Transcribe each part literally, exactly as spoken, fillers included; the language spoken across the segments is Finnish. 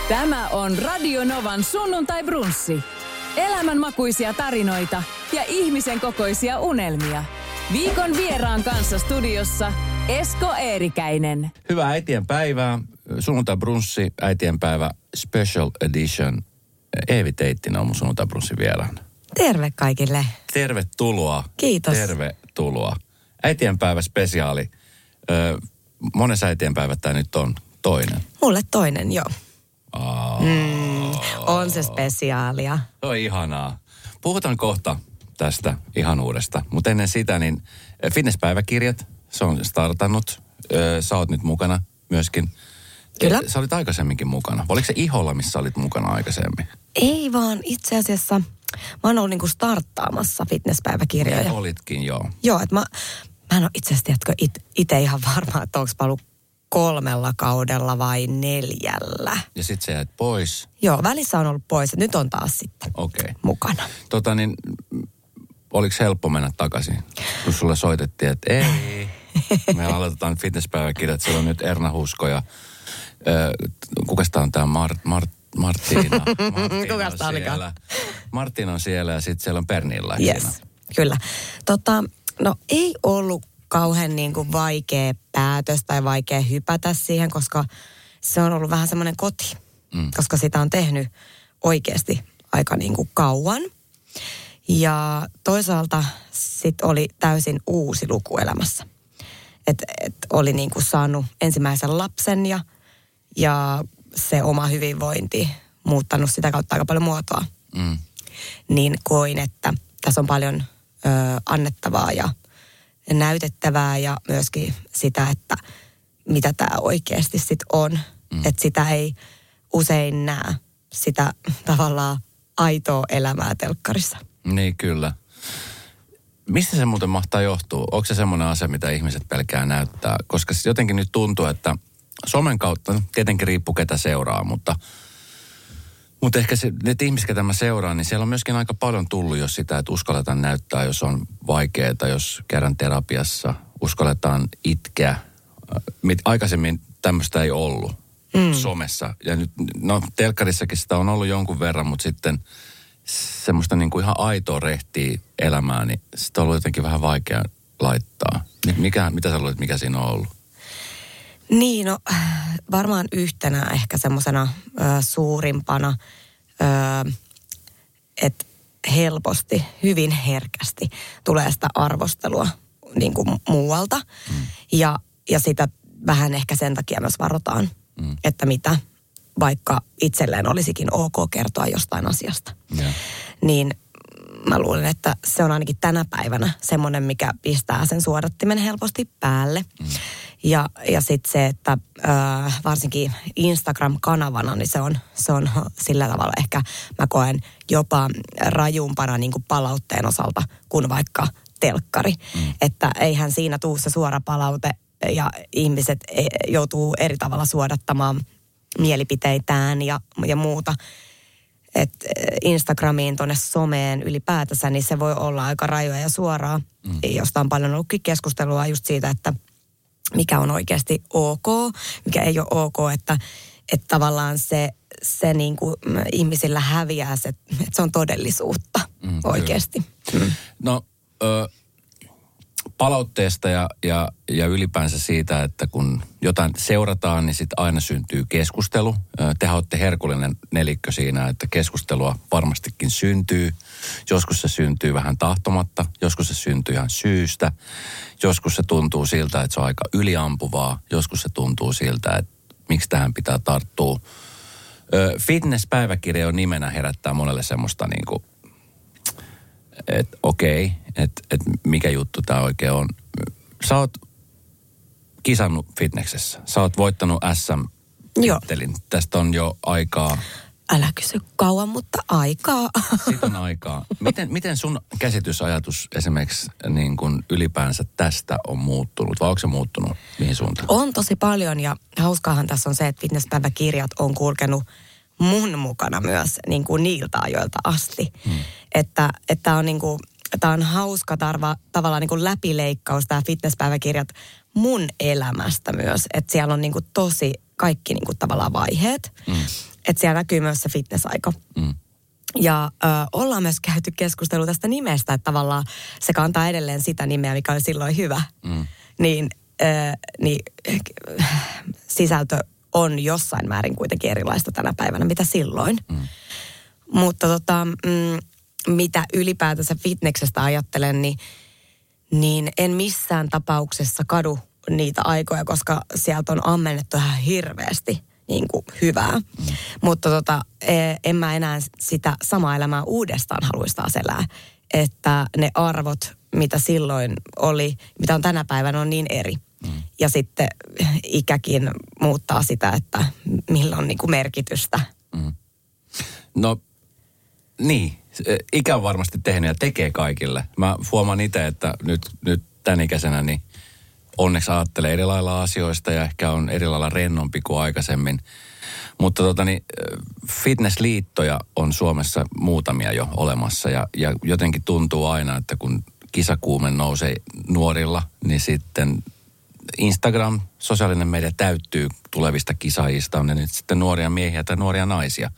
Tämä on Radio Novan sunnuntai-brunssi. Elämänmakuisia tarinoita ja ihmisen kokoisia unelmia. Viikon vieraan kanssa studiossa Esko Eerikäinen. Hyvää äitien päivää. Sunnuntai-brunssi, äitien päivä special edition. Eevi Teittinen on mun sunnuntai-brunssin vieraana. Terve kaikille. Tervetuloa. Kiitos. Tervetuloa. Äitien päivä spesiaali. Ö, mones äitien päivä tämä nyt on? Toinen. Mulle toinen, joo. Oh. Mm, on se spesiaalia. Se on ihanaa. Puhutaan kohta tästä ihanuudesta, mutta ennen sitä niin fitnesspäiväkirjat, se on startannut. Sä oot nyt mukana myöskin. Kyllä. Sä olit aikaisemminkin mukana. Oliko se Iholla, missä olit mukana aikaisemmin? Ei vaan, itse asiassa mä oon ollut niinku starttaamassa fitnesspäiväkirjoja. Ja olitkin, joo. Joo, että mä, mä en ole itse asiassa, tiedätkö, it, itse ihan varma, että onko mä ollut kolmella kaudella vai neljällä. Ja sit sä jäät pois. Joo, välissä on ollut pois, että nyt on taas sitten okay. mukana. Tota niin, oliko helppo mennä takaisin, kun sulle soitettiin, että ei, me aloitetaan fitnesspäiväkirjat, siellä on nyt Erna Husko ja äh, kukas tää on tää Mart, Mart, Martina? Kukas tää olikaan? Martin on siellä ja sitten siellä on Pernilla. Yes, kyllä. Tota, no ei ollut kauhean niin kuin vaikea päätös tai vaikea hypätä siihen, koska se on ollut vähän semmoinen koti, mm. koska sitä on tehnyt oikeasti aika niin kuin kauan. Ja toisaalta sitten oli täysin uusi luku elämässä. Että et oli niin kuin saanut ensimmäisen lapsen ja, ja se oma hyvinvointi muuttanut sitä kautta aika paljon muotoa. Mm. Niin koin, että tässä on paljon ö, annettavaa ja näytettävää ja myöskin sitä, että mitä tämä oikeasti sitten on. Mm. Että sitä ei usein näe, sitä tavallaan aitoa elämää telkkarissa. Niin, kyllä. Mistä se muuten mahtaa johtua? Onko se semmoinen asia, mitä ihmiset pelkää näyttää? Koska jotenkin nyt tuntuu, että somen kautta, tietenkin riippuu ketä seuraa, mutta, mutta ehkä se, ne ihmiset, ketä mä seuraan, niin siellä on myöskin aika paljon tullut jos sitä, että uskalletaan näyttää, jos on vaikeaa, jos käydään terapiassa, uskalletaan itkeä. Aikaisemmin tämmöistä ei ollut mm. somessa. Ja nyt, no telkkarissakin sitä on ollut jonkun verran, mutta sitten semmoista niin kuin ihan aitoa rehtiä elämää, niin sitä on ollut jotenkin vähän vaikea laittaa. Mikä, mitä sä luulet, mikä siinä on ollut? Niin, no varmaan yhtenä ehkä semmoisena suurimpana, että helposti, hyvin herkästi tulee sitä arvostelua niin kuin muualta. Mm. Ja, ja sitä vähän ehkä sen takia myös varotaan, mm. että mitä vaikka itselleen olisikin ok kertoa jostain asiasta. Yeah. Niin mä luulen, että se on ainakin tänä päivänä semmoinen, mikä pistää sen suodattimen helposti päälle. Mm. Ja, ja sitten se, että äh, varsinkin Instagram-kanavana, niin se on, se on sillä tavalla ehkä mä koen jopa rajumpana niin kuin palautteen osalta kuin vaikka telkkari. Mm. Että eihän siinä tuu se suora palaute ja ihmiset joutuu eri tavalla suodattamaan mielipiteitään ja, ja muuta. Että Instagramiin, tuonne someen ylipäätänsä, niin se voi olla aika rajoja ja suoraa, mm. josta on paljon ollutkin keskustelua just siitä, että mikä on oikeasti ok, mikä ei ole ok, että, että tavallaan se, se niin kuin ihmisillä häviää, se, että se on todellisuutta mm, oikeasti. Mm. No, ö, palautteesta ja, ja, ja ylipäänsä siitä, että kun jotain seurataan, niin sitten aina syntyy keskustelu. Tehän olette herkullinen nelikkö siinä, että keskustelua varmastikin syntyy. Joskus se syntyy vähän tahtomatta, joskus se syntyy ihan syystä. Joskus se tuntuu siltä, että se on aika yliampuvaa. Joskus se tuntuu siltä, että miksi tähän pitää tarttua. Fitness-päiväkirja on nimenä herättää monelle semmoista niin kuin, että okei, että et mikä juttu tämä oikein on. Sä oot kisannut fitnessessä. Sä oot voittanut äs äm-tittelin. Tästä on jo aikaa. Älä kysy kauan, mutta aikaa. Siitä on aikaa. Miten, miten sun käsitysajatus esimerkiksi niin kuin ylipäänsä tästä on muuttunut? Vai onko se muuttunut mihin suuntaan? On tosi paljon ja hauskaahan tässä on se, että fitnesspäiväkirjat on kulkenut mun mukana myös niin kuin niiltä ajoilta asti. Hmm. Että, että on niin kuin, tämä on hauska tarva, tavallaan niin kuin läpileikkaus, tämä fitnesspäiväkirjat mun elämästä myös. Että siellä on niin kuin tosi kaikki niin kuin tavallaan vaiheet. Hmm. että siellä näkyy myös se fitnessaika. Mm. Ja ö, ollaan myös käyty keskustelua tästä nimestä, että tavallaan se kantaa edelleen sitä nimeä, mikä oli silloin hyvä. Mm. Niin, ö, niin sisältö on jossain määrin kuitenkin erilaista tänä päivänä, mitä silloin. Mm. Mutta tota, mm, mitä ylipäätänsä fitneksestä ajattelen, niin, niin en missään tapauksessa kadu niitä aikoja, koska sieltä on ammennettu ihan hirveästi niin kuin hyvää. Mm. Mutta tota, en mä enää sitä samaa elämää uudestaan haluaisi taas elää. Että ne arvot, mitä silloin oli, mitä on tänä päivänä, on niin eri. Mm. Ja sitten ikäkin muuttaa sitä, että millä on niin kuin merkitystä. Mm. No niin, ikä on varmasti tehnyt ja tekee kaikille. Mä huomaan itse, että nyt, nyt tämän ikäisenä niin onneksi ajattelee eri lailla asioista ja ehkä on eri lailla rennompi kuin aikaisemmin. Mutta tota niin, fitnessliittoja on Suomessa muutamia jo olemassa ja, ja jotenkin tuntuu aina, että kun kisakuume nousee nuorilla, niin sitten Instagram, sosiaalinen media täyttyy tulevista kisaajista, on ne nyt sitten nuoria miehiä tai nuoria naisia.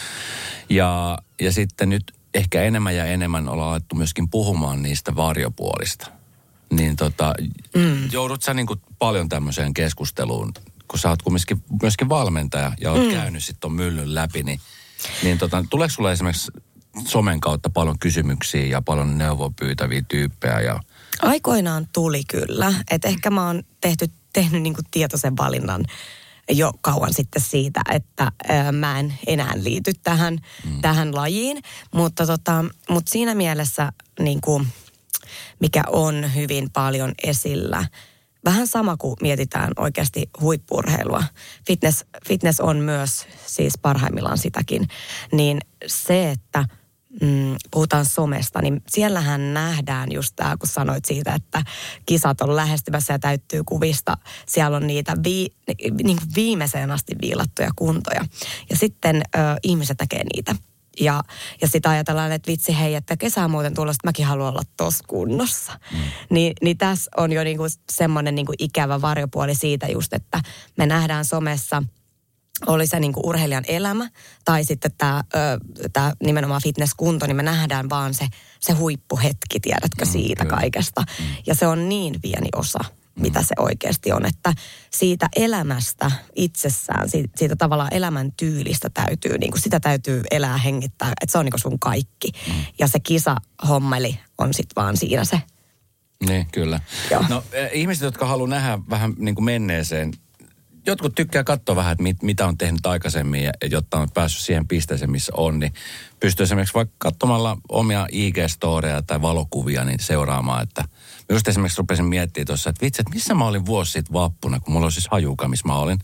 Ja, ja sitten nyt ehkä enemmän ja enemmän ollaan alettu myöskin puhumaan niistä varjopuolista. Niin tota, mm. joudut sä niin kuin paljon tämmöiseen keskusteluun, kun sä oot kumminkin myöskin valmentaja ja oot mm. käynyt sitten ton myllyn läpi, niin, niin tota, tuleeko sulle esimerkiksi somen kautta paljon kysymyksiä ja paljon neuvoa pyytäviä tyyppejä? Ja... Aikoinaan tuli kyllä, että ehkä mä oon tehty, tehnyt niin kuin tietoisen valinnan jo kauan sitten siitä, että ää, mä en enää liity tähän, mm. tähän lajiin, mutta, tota, mutta siinä mielessä niin kuin, mikä on hyvin paljon esillä. Vähän sama kuin mietitään oikeasti huippu-urheilua. Fitness, fitness on myös siis parhaimmillaan sitäkin. Niin se, että mm, puhutaan somesta, niin siellähän nähdään just tämä, kun sanoit siitä, että kisat on lähestymässä ja täyttyy kuvista. Siellä on niitä vi, niin kuin viimeiseen asti viilattuja kuntoja. Ja sitten ö, ihmiset näkee niitä. Ja, ja sitä ajatellaan, että vitsi hei, että kesää muuten tulla, että mäkin haluan olla tossa kunnossa. Mm. Ni, niin tässä on jo niinku semmoinen niinku ikävä varjopuoli siitä just, että me nähdään somessa, oli se niinku urheilijan elämä tai sitten tämä nimenomaan fitnesskunto, niin me nähdään vaan se, se huippuhetki, tiedätkö, mm, siitä kyllä. kaikesta. Mm. Ja se on niin pieni osa, mitä se oikeasti on, että siitä elämästä itsessään, siitä, siitä tavallaan elämäntyylistä täytyy, niin kuin sitä täytyy elää, hengittää, että se on niin kuin sun kaikki. Mm. Ja se kisahommeli on sitten vaan siinä se. Niin, kyllä. Joo. No ihmiset, jotka haluaa nähdä vähän niin kuin menneeseen, jotkut tykkää katsoa vähän, että mit, mitä on tehnyt aikaisemmin, ja, jotta on päässyt siihen pisteeseen, missä on, niin pystyy esimerkiksi vaikka katsomalla omia I G-storeja tai valokuvia niin seuraamaan, että just esimerkiksi rupesin miettimään tuossa, että vitsi, että missä mä olin vuosi sitten vappuna, kun mulla oli siis hajuka, missä mä olin.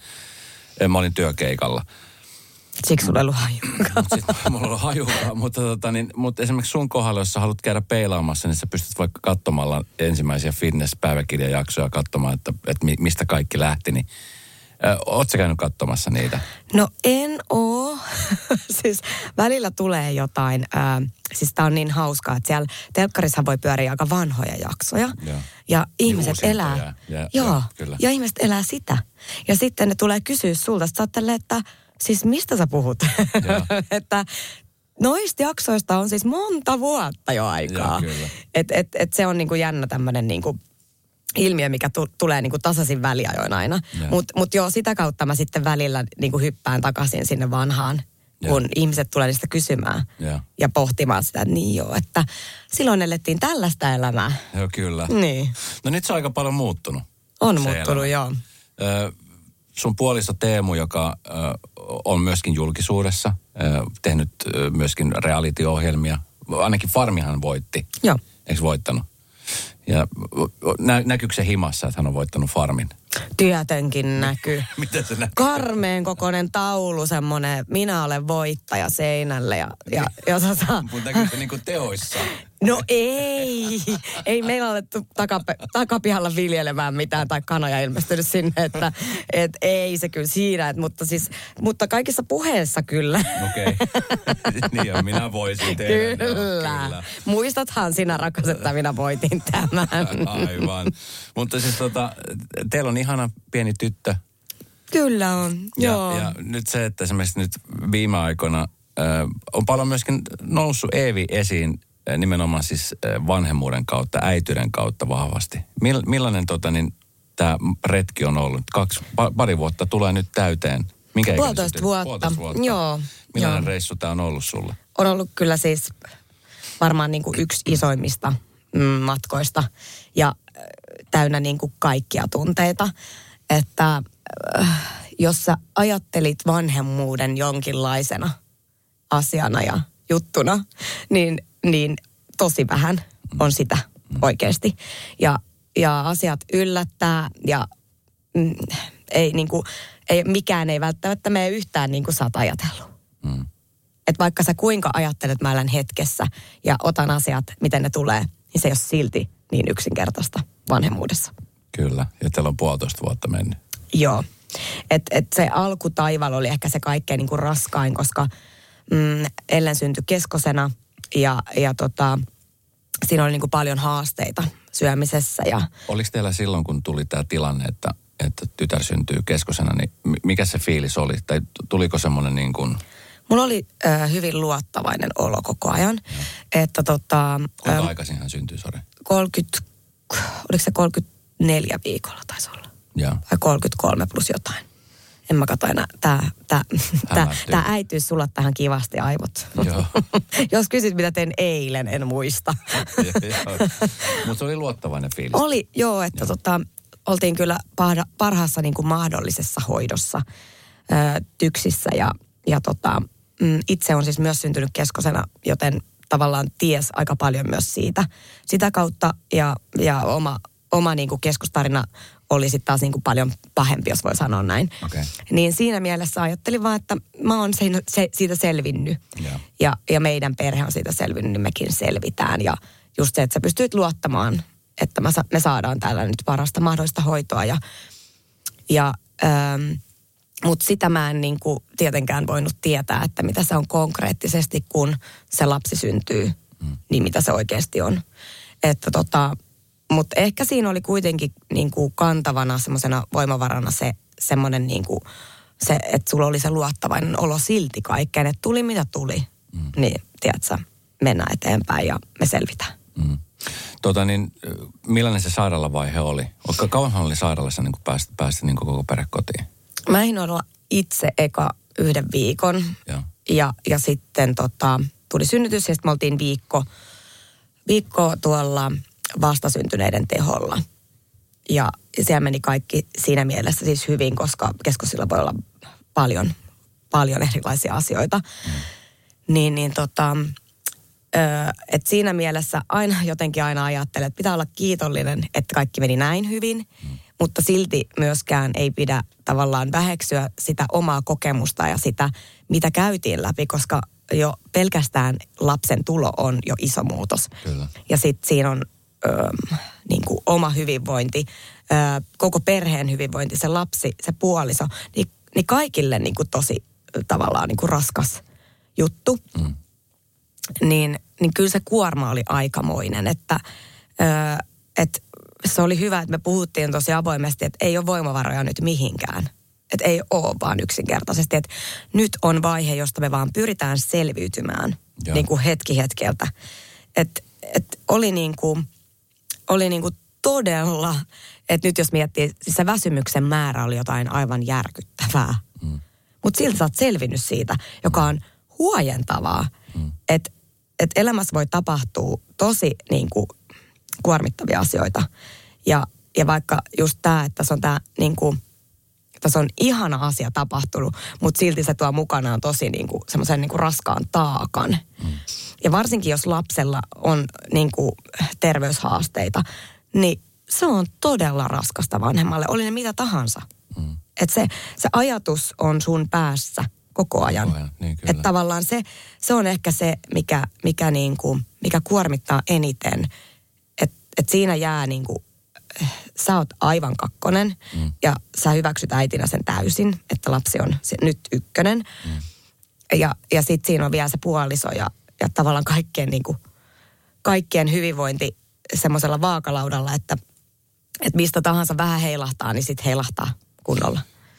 Mä olin työkeikalla. Siksi sulla ei ollut hajukaa. Sitten mulla oli hajukaa, mutta, tota, niin, mutta esimerkiksi sun kohdalla, jos sä haluat käydä peilaamassa, niin sä pystyt vaikka katsomalla ensimmäisiä fitness-päiväkirjajaksoja katsomaan, että, että mistä kaikki lähti, niin ootko sä käynyt katsomassa niitä? No en oo. Siis välillä tulee jotain. Äh, siis tää on niin hauskaa, että siellä telkkarissa voi pyöriä aika vanhoja jaksoja. Ja, ja ihmiset niin elää. Ja, ja, joo, ja, kyllä. Ja ihmiset elää sitä. Ja sitten ne tulee kysyä sulta, että sä oot tälleen, että siis mistä sä puhut? Että noista jaksoista on siis monta vuotta jo aikaa. Että et, et se on niinku jännä tämmönen niinku ilmiö, mikä tu- tulee niinku tasaisin väliajoin aina. Mutta mut joo, sitä kautta mä sitten välillä niinku hyppään takaisin sinne vanhaan, ja. kun ihmiset tulee niistä kysymään ja, ja pohtimaan sitä, että niin joo, että silloin elettiin tällaista elämää. Joo, kyllä. Niin. No nyt se on aika paljon muuttunut. On muuttunut, elämä. Joo. Ö, sun puoliso Teemu, joka ö, on myöskin julkisuudessa, ö, tehnyt ö, myöskin reality-ohjelmia. Ainakin Farmihan voitti. Joo. Eikö voittanut? Ja nä, näkyykö se himassa, että hän on voittanut Farmin? Tietenkin näkyy. Miten se näkyy? Karmeen kokoinen taulu, semmoinen minä olen voittaja seinälle. Ja, ja, ja tota... Mutta näkyy se niin kuin teoissa. No ei. Ei meillä ole takape, takapihalla viljelemään mitään tai kanoja ilmestynyt sinne, että et, ei se kyllä siinä. Et, mutta, siis, mutta kaikissa puheissa kyllä. Okei. Okay. Niin on, minä voisin tehdä. Kyllä. No, kyllä. Muistathan sinä, rakas, että minä voitin tämän. Aivan. Mutta siis tota, teillä on ihana pieni tyttö. Kyllä on, ja, joo. Ja nyt se, että esimerkiksi nyt viime aikoina äh, on paljon myöskin noussut Eevi esiin äh, nimenomaan siis äh, vanhemmuuden kautta, äityyden kautta vahvasti. Mill, millainen tota, niin, tämä retki on ollut? Kaksi, pa, pari vuotta tulee nyt täyteen. Minkä Puolitoista vuotta. Puolitoista vuotta. Joo. Millainen joo. reissu tämä on ollut sulle? On ollut kyllä siis varmaan niin kuin yksi isoimmista mm, matkoista ja äh, täynnä niin kuin kaikkia tunteita. Että äh, jos sä ajattelit vanhemmuuden jonkinlaisena asiana ja juttuna, niin, niin tosi vähän on sitä oikeasti. Ja, ja asiat yllättää ja mm, ei, niin kuin, ei, mikään ei välttämättä mene yhtään niin kuin sä oot ajatellut. Mm. Että vaikka sä kuinka ajattelet, mä elän hetkessä ja otan asiat, miten ne tulee, niin se ei ole silti niin yksinkertaista vanhemmuudessa. Kyllä, ja teillä on puolitoista vuotta mennyt. Joo. Että et se alkutaival oli ehkä se kaikkein niin kuin raskain, koska mm, Ellen syntyi keskosena ja, ja tota, siinä oli niin kuin paljon haasteita syömisessä. Ja oliko teillä silloin, kun tuli tämä tilanne, että, että tytär syntyy keskosena, niin mikä se fiilis oli? Tai tuliko semmoinen niin kuin... Mulla oli äh, hyvin luottavainen olo koko ajan. Ja. Että tota... Kuinka äh, aikaisin hän syntyi, sori? kolmekymmentä, oliko se kolmekymmentäneljä viikolla taisi olla? Ja. Vai kolmekymmentäkolme plus jotain. En mä katso enää. Tää, tää, tää, tää äityys sulat tähän kivasti aivot. Joo. Jos kysyt, mitä tein eilen, en muista. Mutta se oli luottavainen fiilis. Oli, joo, että joo. Tota, oltiin kyllä parha, parhaassa niin kuin mahdollisessa hoidossa ö, tyksissä. Ja, ja tota, mm, itse on siis myös syntynyt keskosena, joten tavallaan ties aika paljon myös siitä. Sitä kautta ja, ja oma, oma niin kuin keskustarina oli sitten taas niin kuin paljon pahempi, jos voi sanoa näin. Okay. Niin siinä mielessä ajattelin vaan, että mä oon siinä, se, siitä selvinnyt. Yeah. Ja, ja meidän perhe on siitä selvinnyt, niin mekin selvitään. Ja just se, että sä pystyt luottamaan, että mä, me saadaan täällä nyt parasta mahdollista hoitoa. Ja, ja, ähm, mutta sitä mä en niin kuin tietenkään voinut tietää, että mitä se on konkreettisesti, kun se lapsi syntyy, mm. niin mitä se oikeasti on. Että tota... Mutta ehkä siinä oli kuitenkin niin kuin kantavana semmoisena voimavarana se semmoinen, niin kuin, se, että sulla oli se luottavainen olo silti kaikkeen, että tuli mitä tuli. Mm. Niin, tiedätkö, mennään eteenpäin ja me selvitään. Mm. Tota niin, millainen se sairaalavaihe oli? Kauanhan oli sairaalassa niin kuin päästä, päästä niin kuin koko perhe kotiin? Mä ehdin olla itse eka yhden viikon. Ja, ja, ja sitten tota, tuli synnytys ja sitten me oltiin viikko, viikko tuolla... vastasyntyneiden teholla. Ja siellä meni kaikki siinä mielessä siis hyvin, koska keskosilla voi olla paljon, paljon erilaisia asioita. Mm. Niin, niin tota, että siinä mielessä aina jotenkin aina ajattelen, että pitää olla kiitollinen, että kaikki meni näin hyvin, mm. mutta silti myöskään ei pidä tavallaan väheksyä sitä omaa kokemusta ja sitä, mitä käytiin läpi, koska jo pelkästään lapsen tulo on jo iso muutos. Kyllä. Ja sitten siinä on Öö, niin kuin oma hyvinvointi, öö, koko perheen hyvinvointi, se lapsi, se puoliso, niin, niin kaikille niin kuin tosi tavallaan niin kuin raskas juttu. Mm. Niin, niin kyllä se kuorma oli aikamoinen, että, öö, että se oli hyvä, että me puhuttiin tosi avoimesti, että ei ole voimavaroja nyt mihinkään. Että ei ole vaan yksinkertaisesti, että nyt on vaihe, josta me vaan pyritään selviytymään niin kuin hetki hetkeltä. Että et oli niin kuin... Oli niin kuin todella, että nyt jos miettii, siis se väsymyksen määrä oli jotain aivan järkyttävää. Mm. Mutta silti sä oot selvinnyt siitä, joka on huojentavaa. Mm. Että et elämässä voi tapahtua tosi niin kuin kuormittavia asioita. Ja, ja vaikka just tämä, että se on tämä niin kuin, tässä on ihana asia tapahtunut, mutta silti se tuo mukanaan tosi niin kuin semmoisen niin kuin raskaan taakan. Mm. Ja varsinkin jos lapsella on niin kuin terveyshaasteita, niin se on todella raskasta vanhemmalle, oli ne mitä tahansa. Mm. Että se, se ajatus on sun päässä koko ajan. Oh, niin että tavallaan se, se on ehkä se, mikä, mikä, niin kuin, mikä kuormittaa eniten. Että et siinä jää niin kuin, sä oot aivan kakkonen mm. ja sä hyväksyt äitinä sen täysin, että lapsi on se, nyt ykkönen. Mm. Ja, ja sitten siinä on vielä se puoliso ja, ja tavallaan kaikkien, niin kuin, kaikkien hyvinvointi semmoisella vaakalaudalla, että, että mistä tahansa vähän heilahtaa, niin sitten heilahtaa kunnolla.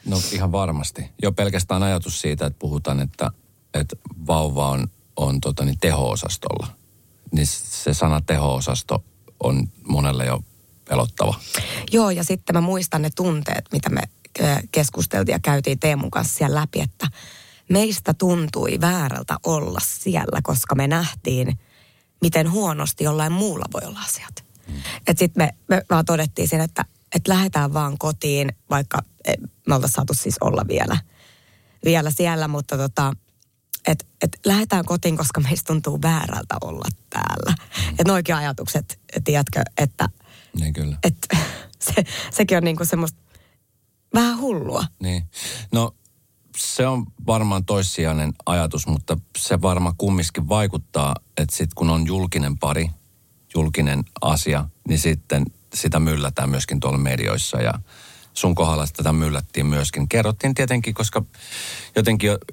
No ihan varmasti. Jo pelkästään ajatus siitä, että puhutaan, että, että vauva on, on tota, niin teho-osastolla. Niin se sana teho-osasto on monelle jo pelottava. Joo, ja sitten mä muistan ne tunteet, mitä me keskusteltiin ja käytiin Teemun kanssa siellä läpi, että meistä tuntui väärältä olla siellä, koska me nähtiin, miten huonosti jollain muulla voi olla asiat. Mm. Että sitten me, me vaan todettiin sen, että, että lähdetään vaan kotiin, vaikka me oltaisiin saatu siis olla vielä, vielä siellä, mutta tota, että et lähdetään kotiin, koska meistä tuntuu väärältä olla täällä. Mm. Että noikin ajatukset, tiedätkö, että niin kyllä. Et, se, sekin on niinku semmoista vähän hullua. Niin. No se on varmaan toissijainen ajatus, mutta se varmaan kumminkin vaikuttaa, että sitten kun on julkinen pari, julkinen asia, niin sitten sitä myllätään myöskin tuolla medioissa ja sun kohdalla tätä myllättiin myöskin. Kerrottiin tietenkin, koska jotenkin jo,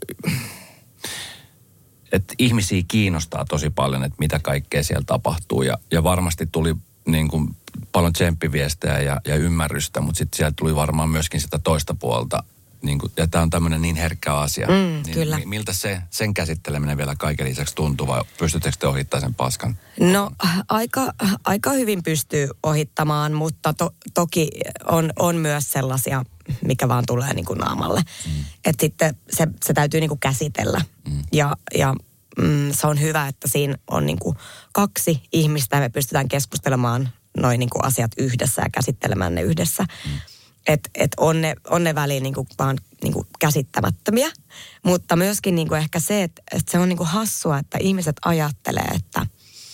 että ihmisiä kiinnostaa tosi paljon, että mitä kaikkea siellä tapahtuu ja, ja varmasti tuli niin kuin paljon tsemppiviestejä ja, ja ymmärrystä, mutta sitten sieltä tuli varmaan myöskin sitä toista puolta. Niin kuin, ja tämä on tämmöinen niin herkkä asia. Mm, niin, kyllä. Miltä se, sen käsitteleminen vielä kaiken lisäksi tuntuu vai pystyttekö te ohittamaan sen paskan? No aika, aika hyvin pystyy ohittamaan, mutta to, toki on, on myös sellaisia, mikä vaan tulee niin kuin naamalle. Mm. Että sitten se, se täytyy niin kuin käsitellä. Mm. Ja, ja mm, se on hyvä, että siinä on niin kuin kaksi ihmistä ja me pystytään keskustelemaan noin niin kuin asiat yhdessä ja käsittelemään ne yhdessä. Mm. Että et on ne, on ne väliin niinku vaan niinku käsittämättömiä, mutta myöskin niinku ehkä se, että et se on niinku hassua, että ihmiset ajattelee, että,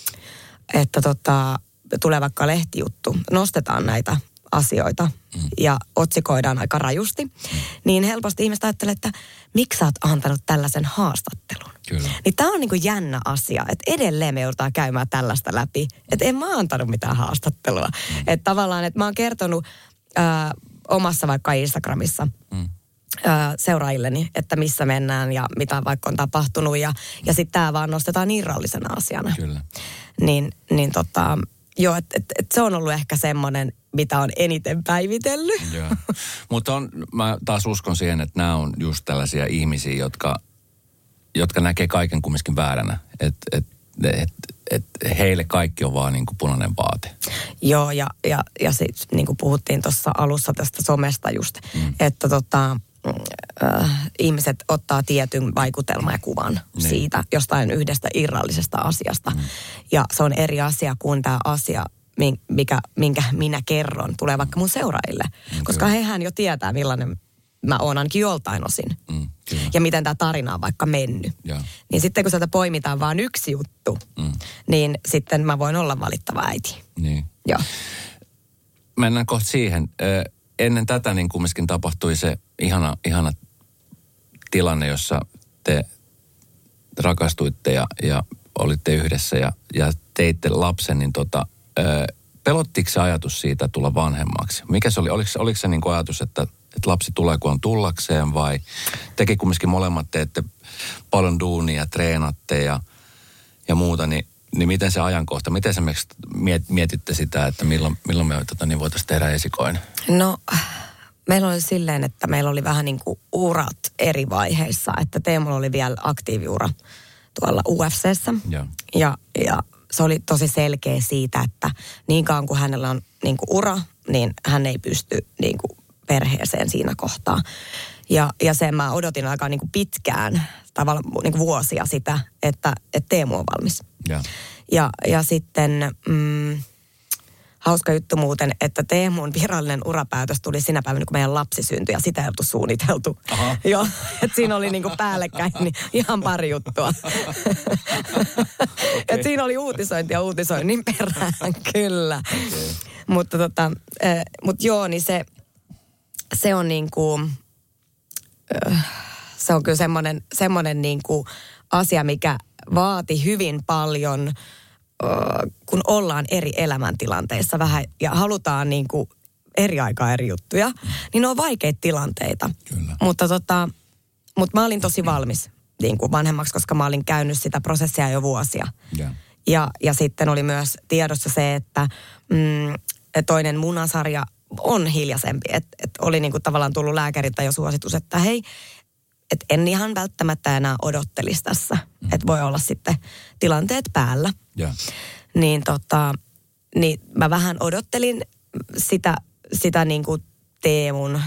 että tota, tulee vaikka lehtijuttu, nostetaan näitä asioita mm. ja otsikoidaan aika rajusti, mm. niin helposti ihmiset ajattelee, että miksi sä oot antanut tällaisen haastattelun. Kyllä. Niin tää on niinku jännä asia, että edelleen me joudutaan käymään tällaista läpi, että en mä antanut mitään haastattelua. Mm. Että tavallaan, että mä oon kertonut Ää, omassa vaikka Instagramissa mm. ää, seuraajilleni, että missä mennään ja mitä vaikka on tapahtunut. Ja, ja sitten tämä vaan nostetaan irrallisena asiana. Kyllä. Niin, niin tota, joo, että et, et se on ollut ehkä semmoinen, mitä on eniten päivitellyt. Joo. Mutta on, mä taas uskon siihen, että nämä on just tällaisia ihmisiä, jotka, jotka näkee kaiken kumminkin vääränä. Että et, et, et heille kaikki on vaan niin kuin punainen vaate. Joo, ja, ja, ja siis niin kuin puhuttiin tuossa alussa tästä somesta just, mm. että tota, äh, ihmiset ottaa tietyn vaikutelman ja kuvan niin. siitä jostain yhdestä irrallisesta asiasta. Mm. Ja se on eri asia kuin tämä asia, mikä, minkä minä kerron, tulee vaikka mun seuraajille. Mm, koska kyllä. hehän jo tietää, millainen mä oon ainakin joltain osin. Mm, ja miten tämä tarina on vaikka mennyt. Ja. Niin sitten kun sieltä poimitaan vaan yksi juttu, mm. niin sitten mä voin olla valittava äiti. Niin. Joo. Mennään kohta siihen. Ennen tätä niin kumminkin tapahtui se ihana, ihana tilanne, jossa te rakastuitte ja, ja olitte yhdessä ja, ja teitte lapsen, niin tota, pelottiko se ajatus siitä tulla vanhemmaksi? Mikä se oli? Oliko, oliko se niin kuin ajatus, että että lapsi tulee, kun on tullakseen, vai teki kumminkin molemmat, teette paljon duunia, treenatte ja, ja muuta, niin, niin miten se ajankohta, miten se miet, mietitte sitä, että milloin, milloin me tota, niin voitaisiin tehdä esikoinen? No, meillä oli silleen, että meillä oli vähän niin kuin urat eri vaiheissa, että Teemulla oli vielä aktiiviura tuolla U F C:ssä. Ja, ja, ja se oli tosi selkeä siitä, että niin kauan kuin hänellä on niin kuin ura, niin hän ei pysty niin kuin perheeseen siinä kohtaa. Ja, ja sen mä odotin aika niin kuin pitkään, tavallaan niin kuin vuosia sitä, että, että Teemu on valmis. Ja, ja, ja sitten mm, hauska juttu muuten, että Teemun virallinen urapäätös tuli sinä päivänä, kun meidän lapsi syntyi ja sitä ei oltu suunniteltu. Joo, että siinä oli niin kuin päällekkäin niin ihan pari juttua. Okay. Että siinä oli uutisointi ja uutisoinnin perään, kyllä. Okay. Mutta tota, äh, mut joo, niin se... Se on niin kuin, se on kyllä semmoinen, semmoinen niin kuin asia, mikä vaati hyvin paljon, kun ollaan eri elämäntilanteissa vähän ja halutaan niin kuin eri aikaa eri juttuja, niin ne on vaikeita tilanteita. Kyllä. Mutta tota, mutta mä olin tosi valmis niin kuin vanhemmaksi, koska mä olin käynyt sitä prosessia jo vuosia. Yeah. Ja, ja sitten oli myös tiedossa se, että mm, toinen munasarja on hiljaisempi. Että et oli niin kuin tavallaan tullut lääkäriltä jo suositus, että hei, että en ihan välttämättä enää odottelisi tässä. Mm. Että voi olla sitten tilanteet päällä. Yeah. Niin tota, niin mä vähän odottelin sitä, sitä niin kuin Teemun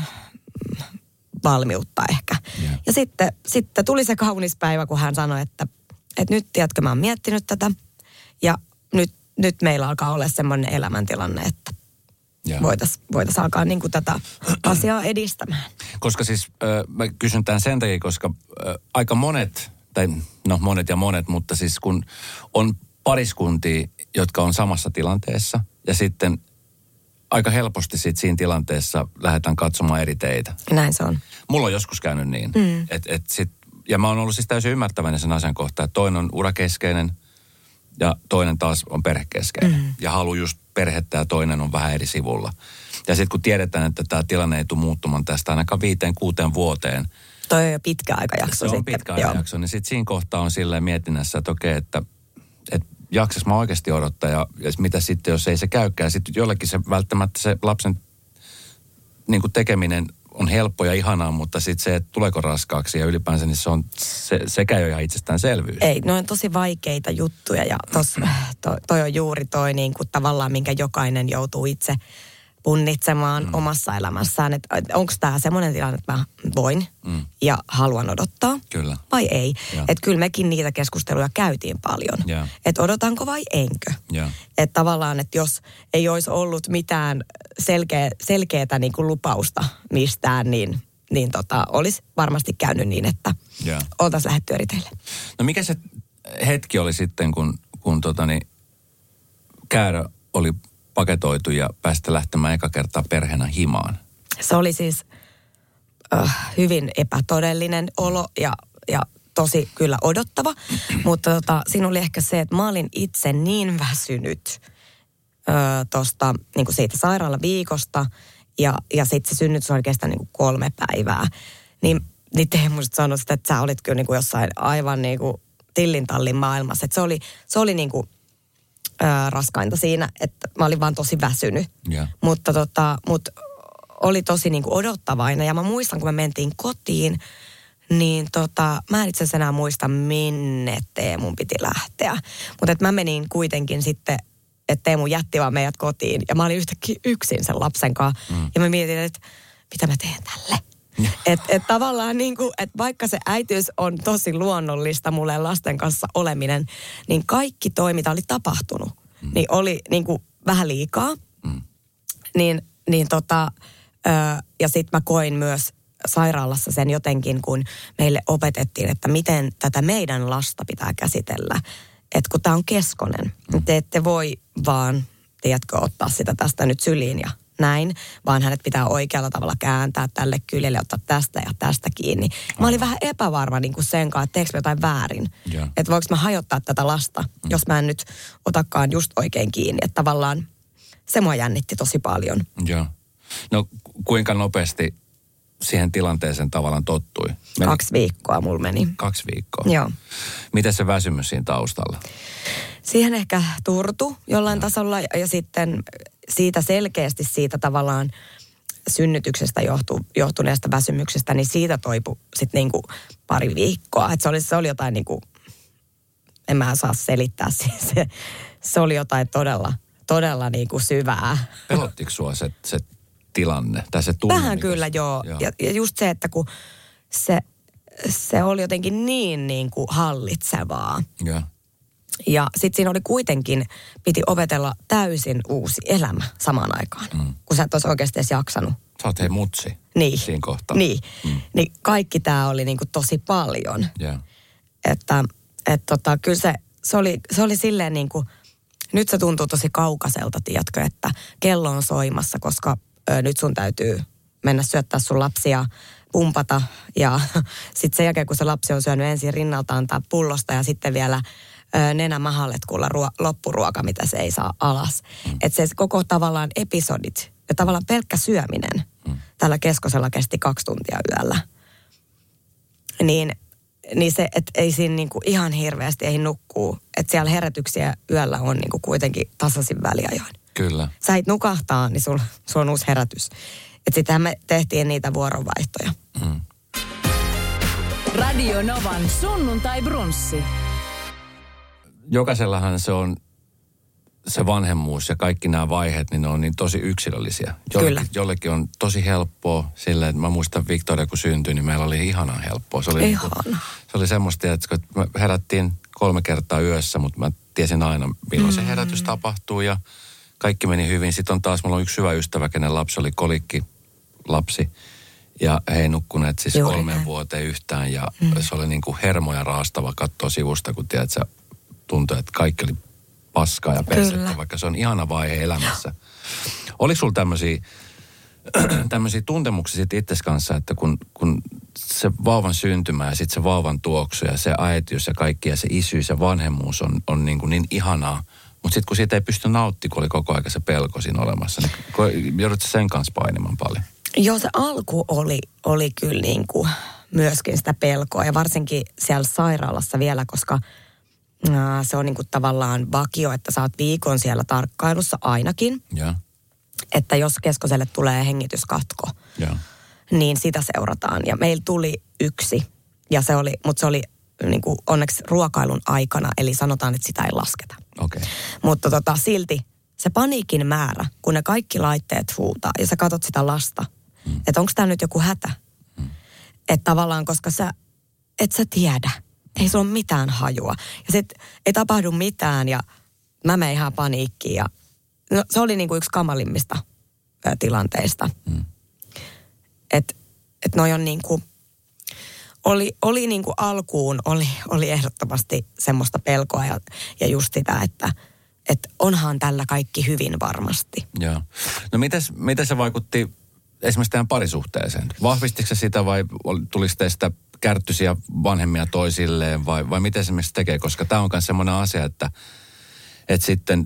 valmiutta ehkä. Yeah. Ja sitten, sitten tuli se kaunis päivä, kun hän sanoi, että, että nyt tiedätkö, mä oon miettinyt tätä. Ja nyt, nyt meillä alkaa olla semmoinen elämäntilanne, että yeah. voitaisiin voitais alkaa niin kuin tätä asiaa edistämään. Koska siis, äh, mä kysyn tämän sen takia, koska äh, aika monet, tai no monet ja monet, mutta siis kun on pariskuntia, jotka on samassa tilanteessa, ja sitten aika helposti sit siinä tilanteessa lähdetään katsomaan eri teitä. Näin se on. Mulla on joskus käynyt niin. Mm. Et, et sit, ja mä oon ollut siis täysin ymmärtäväinen sen asian kohtaan, että toinen on urakeskeinen ja toinen taas on perhekeskeinen. Mm. Ja haluaa just perhettä ja toinen on vähän eri sivulla. Ja sitten kun tiedetään, että tämä tilanne ei tule muuttumaan tästä ainakaan viiteen, kuuteen vuoteen. Toi on jo pitkä aikajakso se sitten. on pitkä aikajakso. Niin sitten siinä kohtaa on silleen mietinnässä, että okei, että, että jaksas mä oikeasti odottaa ja, ja mitä sitten, jos ei se käykään. Sitten jollekin se välttämättä se lapsen niin kuin tekeminen on helppo ja ihanaa, mutta sitten se, että tuleeko raskaaksi ja ylipäänsä, niin se on, se, sekä ei ole ihan itsestäänselvyys. Ei, ne on tosi vaikeita juttuja ja tos, to, toi on juuri toi niin kuin tavallaan, minkä jokainen joutuu itse punnitsemaan mm. omassa elämässään. Että onko tämä semmoinen tilanne, että mä voin mm. ja haluan odottaa kyllä. vai ei. Että kyllä mekin niitä keskusteluja käytiin paljon. Yeah. Että odotanko vai enkö. Yeah. Että tavallaan, että jos ei olisi ollut mitään selkeä, selkeätä niin kuin lupausta mistään, niin, niin tota, olisi varmasti käynyt niin, että yeah. oltaisiin lähdetty eri teille. No mikä se hetki oli sitten, kun, kun totani, käärö oli paketoitu ja päästä lähtemään eka kertaa perheenä himaan? Se oli siis äh, hyvin epätodellinen olo ja, ja tosi kyllä odottava. Mutta tota, siinä oli ehkä se, että mä olin itse niin väsynyt äh, tosta, niin kuin siitä sairaalaviikosta ja, ja sitten se synnytys oli kestänyt niin kuin kolme päivää. Niin, niin Teemu sanoi sitä, että sä olit kyllä niin kuin jossain aivan niin kuin tillintallin maailmassa. Että se oli, se oli niin kuin Ää, raskainta siinä, että mä olin vaan tosi väsynyt. Yeah. Mutta tota, mut oli tosi niinku odottavainen. Ja mä muistan, kun me mentiin kotiin, niin tota, mä en itse asiassa enää muista, minne Teemun piti lähteä. Mutta mä menin kuitenkin sitten, että Teemu jätti vaan meidät kotiin. Ja mä olin yhtäkkiä yksin sen lapsen kanssa. Mm. Ja mä mietin, että mitä mä teen tälle? Että et tavallaan niin kuin, että vaikka se äitiys on tosi luonnollista mulle lasten kanssa oleminen, niin kaikki toi, mitä oli tapahtunut, mm. niin oli niin kuin vähän liikaa. Mm. Niin, niin tota, ö, ja sitten mä koin myös sairaalassa sen jotenkin, kun meille opetettiin, että miten tätä meidän lasta pitää käsitellä. Että kun tää on keskonen, mm. te ette voi vaan, tiedätkö, ottaa sitä tästä nyt syliin ja näin, vaan hänet pitää oikealla tavalla kääntää tälle kyljelle, ottaa tästä ja tästä kiinni. Mä olin vähän epävarma niin kuin sen kanssa, että teekö mä jotain väärin. Yeah. Että voiko mä hajottaa tätä lasta, mm. jos mä en nyt otakaan just oikein kiinni. Että tavallaan se mua jännitti tosi paljon. Joo. No kuinka nopeasti siihen tilanteeseen tavallaan tottui? Meni... Kaksi viikkoa mulla meni. Kaksi viikkoa? Joo. Miten se väsymys siinä taustalla? Siihen ehkä turtu jollain no. tasolla ja sitten siitä selkeästi siitä tavallaan synnytyksestä johtu, johtuneesta väsymyksestä, niin siitä toipui sitten niinku pari viikkoa. Että se oli, se oli jotain niinku, en mä saa selittää, se, se oli jotain todella, todella niinku syvää. Pelottiko sua se, se tilanne tai se tunne? Vähän kyllä joo. joo. Ja, ja just se, että kun se, se oli jotenkin niin niinku hallitsevaa. Joo. Ja sitten siinä oli kuitenkin, piti opetella täysin uusi elämä samaan aikaan, mm. kun sä et olisi oikeasti edes jaksanut. Sä oot hei mutsi niin. siinä kohtaa. Niin, mm. niin kaikki tämä oli niinku tosi paljon. Yeah. Että et tota, kyllä se, se, oli, se oli silleen niin kuin, nyt se tuntuu tosi kaukaiselta, tiedätkö, että kello on soimassa, koska ö, nyt sun täytyy mennä syöttää sun lapsia, pumpata ja sitten sen jälkeen, kun se lapsi on syönyt ensin rinnalta antaa pullosta ja sitten vielä nenä mahalletkulla ruo- loppuruoka, mitä se ei saa alas. Mm. Että se koko tavallaan episodit ja tavallaan pelkkä syöminen mm. tällä keskosella kesti kaksi tuntia yöllä. Niin, niin se, että ei siinä niinku ihan hirveästi ei nukkuu. Että siellä herätyksiä yöllä on niinku kuitenkin tasaisin väliajoin. Kyllä. Sä et nukahtaa, niin sul, sul on uusi herätys. Että sittenhän me tehtiin niitä vuoronvaihtoja. Mm. Radio Novan sunnuntai brunssi. Jokaisellahan se on se vanhemmuus ja kaikki nämä vaiheet, niin ne on niin tosi yksilöllisiä. Jollekin, Kyllä. jollekin on tosi helppoa sillä, että mä muistan Victoria, kun syntyi, niin meillä oli ihanan helppoa. Se oli, Ihana. Niin se oli semmoista, että me herättiin kolme kertaa yössä, mutta mä tiesin aina, milloin mm. se herätys tapahtuu ja kaikki meni hyvin. Sitten on taas, mulla on yksi hyvä ystävä, kenen lapsi oli kolikki lapsi. Ja he ei nukkuneet siis Juuri kolmeen näin. vuoteen yhtään. Ja Mm. se oli niin kuin hermoja raastava katsoa sivusta, kun tiedät, sä tuntui, että kaikki oli paskaa ja persettä, Kyllä. vaikka se on ihana vaihe elämässä. Oliko sulla tämmöisiä, tämmöisiä tuntemuksia sitten itses kanssa, että kun, kun se vauvan syntymä ja sitten se vauvan tuoksu ja se äitiys ja kaikki ja se isyys ja vanhemmuus on, on niin, kuin niin ihanaa, mutta sitten kun siitä ei pysty nauttimaan, kun oli koko ajan se pelko siinä olemassa, niin joudutko sen kanssa painimaan paljon? Joo, se alku oli, oli kyllä niin kuin myöskin sitä pelkoa ja varsinkin siellä sairaalassa vielä, koska ää, se on niin kuin tavallaan vakio, että sä oot viikon siellä tarkkailussa ainakin, Joo, että jos keskoselle tulee hengityskatko, joo. niin sitä seurataan. Ja meillä tuli yksi, ja se oli, mutta se oli niin kuin onneksi ruokailun aikana, eli sanotaan, että sitä ei lasketa. Okei. Okay. Mutta tota, silti se paniikin määrä, kun ne kaikki laitteet huutaa ja sä katot sitä lasta, mm. että onko tämä nyt joku hätä. Mm. Että tavallaan, koska sä et sä tiedä, ei sulla ole mitään hajua. Ja sit ei tapahdu mitään ja mä menen ihan paniikkiin. Ja, no, se oli niinku yksi kamalimmista ä, tilanteista. Mm. Että et noi on niinku, oli, oli niinku alkuun, oli, oli ehdottomasti semmoista pelkoa ja, ja just sitä, että että onhan tällä kaikki hyvin varmasti. Joo. No mites, miten se vaikutti esimerkiksi teidän parisuhteeseen? Vahvistiko se sitä vai tuliko teistä kärttyisiä vanhemmia toisilleen vai, vai miten se esimerkiksi tekee? Koska tämä on myös semmoinen asia, että, että sitten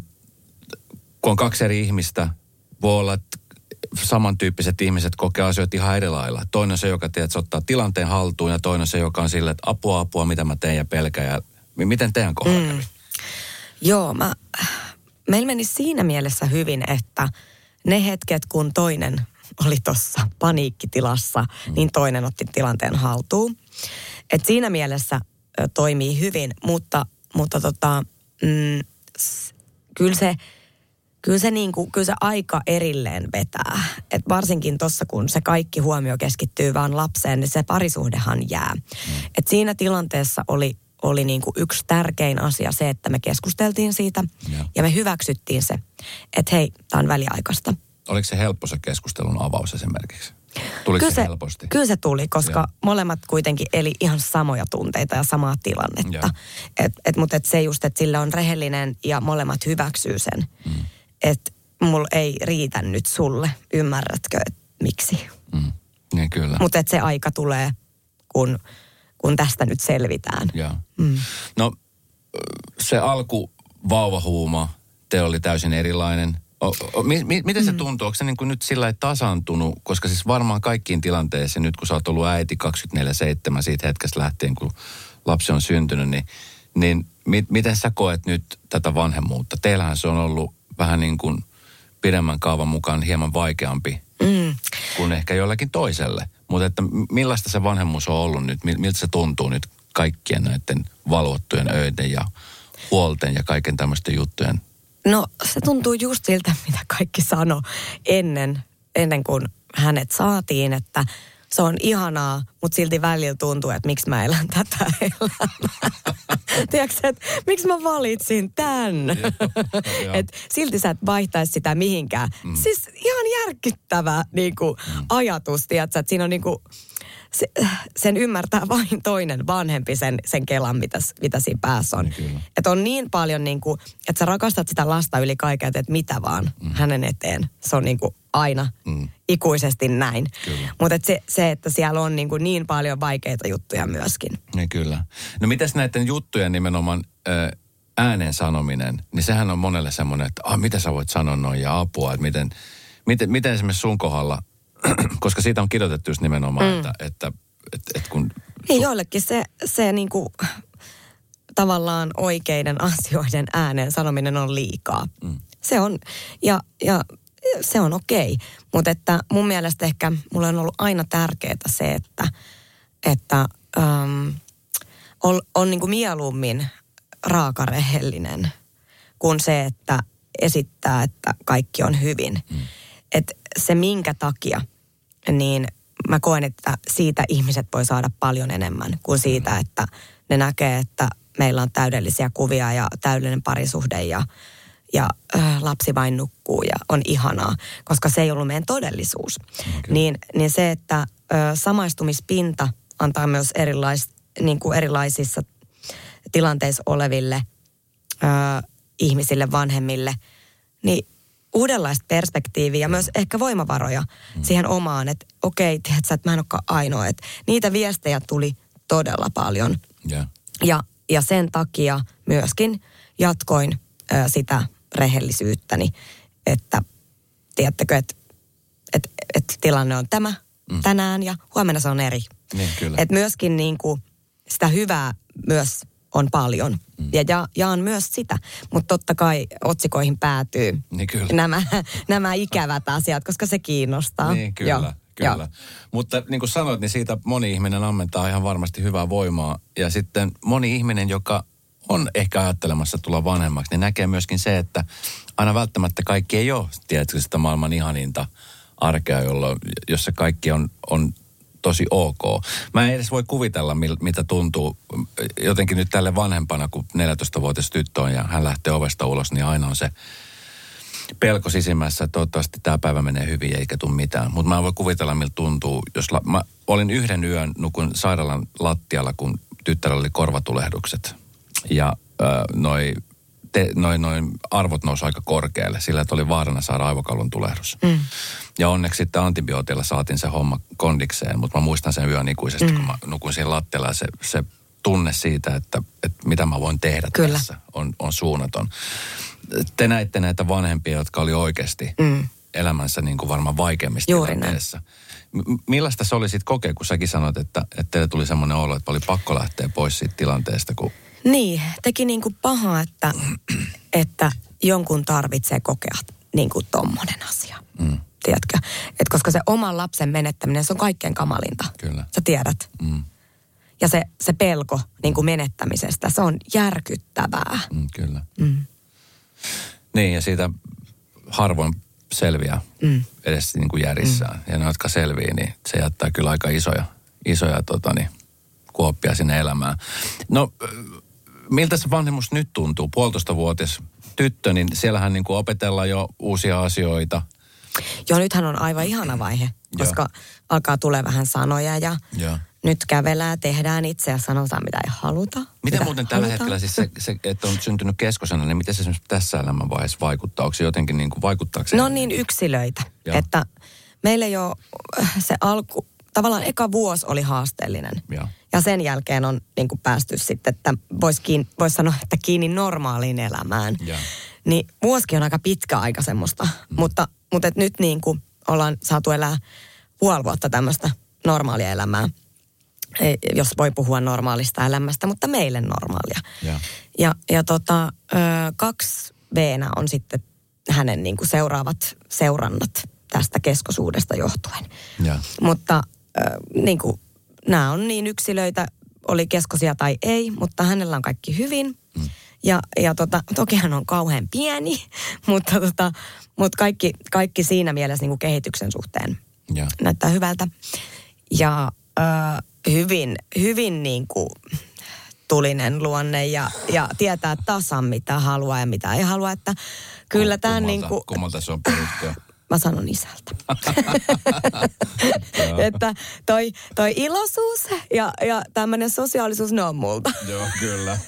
kun on kaksi eri ihmistä, voi olla, että samantyyppiset ihmiset kokee asioita ihan eri lailla. Toinen on se, joka tiedät, että ottaa tilanteen haltuun ja toinen on se, joka on silleen, että apua, apua, mitä mä teen ja pelkää. Ja miten teidän kohdalla Mm. kävi? Joo, mä, meillä meni siinä mielessä hyvin, että ne hetket, kun toinen oli tuossa paniikkitilassa, mm. niin toinen otti tilanteen haltuun. Et siinä mielessä ö, toimii hyvin, mutta, mutta tota, mm, s, kyllä se, kyllä se, niinku, kyllä se aika erilleen vetää. Et varsinkin tuossa, kun se kaikki huomio keskittyy vaan lapseen, niin se parisuhdehan jää. Mm. Et siinä tilanteessa oli oli niin kuin yksi tärkein asia se, että me keskusteltiin siitä ja, ja me hyväksyttiin se, että hei, tämä on väliaikaista. Oliko se helppo se keskustelun avaus esimerkiksi? Tuliko kyllä se, se helposti? Kyllä se tuli, koska ja. molemmat kuitenkin eli ihan samoja tunteita ja samaa tilannetta. Et, et, mutta et se just, että sillä on rehellinen ja molemmat hyväksyy sen. Mm. Että mulla ei riitä nyt sulle, ymmärrätkö, että miksi. Mm. Niin kyllä. Mutta että se aika tulee, kun... kun tästä nyt selvitään. Joo. Mm. No se alku vauvahuuma, te oli täysin erilainen. O, o, mi, mi, miten se tuntuu? Onko se niin kuin nyt sillä lailla tasaantunut? Koska siis varmaan kaikkiin tilanteisiin, nyt kun sä oot ollut äiti kaksikymmentäneljä seitsemän siitä hetkestä lähtien, kun lapsi on syntynyt, niin, niin mi, miten sä koet nyt tätä vanhemmuutta? Teillähän se on ollut vähän niin kuin pidemmän kaavan mukaan hieman vaikeampi mm. kuin ehkä jollekin toiselle. Mutta että millaista se vanhemmuus on ollut nyt? Miltä se tuntuu nyt kaikkien näiden valvottujen öiden ja huolten ja kaiken tämmöisten juttujen? No se tuntuu just siltä, mitä kaikki sano ennen, ennen kuin hänet saatiin, että se on ihanaa, mutta silti välillä tuntuu, että miksi mä elän tätä elämää. Tiedätkö, että miksi mä valitsin tämän? Et silti sä et vaihtaisi sitä mihinkään. Mm. Siis ihan järkyttävä niin kuin, mm. ajatus, tiedätkö, että siinä on niin kuin, se, sen ymmärtää vain toinen vanhempi sen, sen kelan, mitä, mitä siinä päässä on. Että on niin paljon, niin kuin, että sä rakastat sitä lasta yli kaiken, että mitä vaan mm. hänen eteen. Se on niin kuin aina mm. ikuisesti näin. Mutta se, se, että siellä on niin, kuin niin paljon vaikeita juttuja myöskin. Niin kyllä. No mitäs näiden juttujen nimenomaan äh, äänen sanominen, niin sehän on monelle semmoinen, että ah, mitä sä voit sanoa noin ja apua, että miten, miten, miten esimerkiksi sun kohdalla, koska siitä on kirjoitettu just nimenomaan, mm. että, että, että, että kun... Niin joillekin se, se niin kuin, tavallaan oikeiden asioiden ääneen sanominen on liikaa. Mm. Se on, ja, ja se on okei. Mutta että mun mielestä ehkä mulle on ollut aina tärkeää se, että, että ähm, on, on niin kuin mieluummin raakarehellinen kuin se, että esittää, että kaikki on hyvin. Mm. Että se minkä takia, niin mä koen, että siitä ihmiset voi saada paljon enemmän kuin siitä, että ne näkee, että meillä on täydellisiä kuvia ja täydellinen parisuhde ja, ja äh, lapsi vain nukkuu ja on ihanaa, koska se ei ollut meidän todellisuus. Okay. Niin, niin se, että äh, samaistumispinta antaa myös erilais, niin kuin erilaisissa tilanteissa oleville äh, ihmisille, vanhemmille, niin uudenlaista perspektiiviä ja myös ehkä voimavaroja mm. siihen omaan, että okei, tiedätkö, että mä en olekaan ainoa. Että niitä viestejä tuli todella paljon. Yeah. Ja, ja sen takia myöskin jatkoin ö, sitä rehellisyyttäni, että tiedättekö, että et, et tilanne on tämä mm. tänään ja huomenna se on eri. Niin, kyllä. Että myöskin niin kuin sitä hyvää myös on paljon. Mm. Ja ja jaan myös sitä. Mutta totta kai otsikoihin päätyy niin nämä, nämä ikävät asiat, koska se kiinnostaa. Niin, kyllä. Joo. Kyllä. Joo. Mutta niin kuin sanoit, niin siitä moni ihminen ammentaa ihan varmasti hyvää voimaa. Ja sitten moni ihminen, joka on ehkä ajattelemassa tulla vanhemmaksi, niin näkee myöskin se, että aina välttämättä kaikki ei ole, tiedätkö, sitä maailman ihaninta arkea, jolloin, jossa kaikki on, on tosi ok. Mä en edes voi kuvitella, mitä tuntuu jotenkin nyt tälle vanhempana, kun neljätoistavuotias tyttö on ja hän lähtee ovesta ulos, niin aina on se pelko sisimmässä, että toivottavasti tämä päivä menee hyvin eikä tule mitään. Mutta mä en voi kuvitella, miltä tuntuu, jos la, mä olin yhden yön, nukun sairaalan lattialla, kun tyttärellä oli korvatulehdukset. Ja äh, noi, te, noi, noi arvot nousi aika korkealle, sillä että oli vaarana saada aivokalvon tulehdus. Mm. Ja onneksi sitten antibiootilla saatiin se homma kondikseen, mutta mä muistan sen yön ikuisesti, mm. kun mä nukuin siinä lattialla ja se, se tunne siitä, että, että mitä mä voin tehdä Kyllä. tässä, on, on suunnaton. Te näitte näitä vanhempia, jotka oli oikeasti mm. elämänsä niin kuin varmaan vaikeimmissa tilanteissa. M- millaista se oli sitten kokea, kun säkin sanoit, että, että teille tuli semmoinen olo, että oli pakko lähteä pois siitä tilanteesta? Kun... Niin, teki niin kuin paha, että, että jonkun tarvitsee kokea niin kuin tommonen asia. Mm. Tiedätkö? Et koska se oman lapsen menettäminen, se on kaikkein kamalinta. Kyllä. Sä tiedät. Mm. Ja se, se pelko niin kuin menettämisestä, se on järkyttävää. Mm, kyllä. Mm. Niin, ja siitä harvoin selviää mm. edes niin kuin järjissään. Mm. Ja ne, jotka selviää, niin se jättää kyllä aika isoja, isoja tota, niin, kuoppia sinne elämään. No, miltä se vanhemmuus nyt tuntuu? Puolitoistavuotias tyttö, niin siellähän niin kuin opetellaan jo uusia asioita. Joo, nythän on aivan ihana vaihe, koska Joo. alkaa tulee vähän sanoja ja... Joo. Nyt kävelään, tehdään itse ja sanotaan, mitä ei haluta. Miten muuten tällä halutaan? Hetkellä siis se, se, että on syntynyt keskosana, niin miten se esimerkiksi tässä elämänvaiheessa vaikuttaa? Onko se jotenkin niin kuin vaikuttaako se? No niin yksilöitä. Joo. Että meillä jo se alku, tavallaan eka vuosi oli haasteellinen. Joo. Ja sen jälkeen on niin kuin päästy sitten, että voisi vois sanoa, että kiinni normaaliin elämään. Joo. Niin vuosikin on aika pitkä aika semmoista. Mm. Mutta, mutta et nyt niin kuin ollaan saatu elää puoli vuotta tämmöistä normaalia elämää. Jos voi puhua normaalista elämästä, mutta meille normaalia. Ja, ja, ja tota, kaksi V:nä on sitten hänen niin kuin seuraavat seurannat tästä keskosuudesta johtuen. Ja. Mutta niin kuin, nämä on niin yksilöitä, oli keskosia tai ei, mutta hänellä on kaikki hyvin. Mm. Ja, ja tota, toki hän on kauhean pieni, mutta, tota, mutta kaikki, kaikki siinä mielessä niin kuin kehityksen suhteen ja. Näyttää hyvältä. Ja... Äh, hyvin, hyvin niin kuin tulinen luonne ja, ja tietää tasan mitä haluaa ja mitä ei halua, että kyllä tämä niin kuin... Kummalta se on peruttua? Mä sanon isältä. Että toi, toi iloisuus ja, ja tämmöinen sosiaalisuus, ne on multa. Joo, kyllä.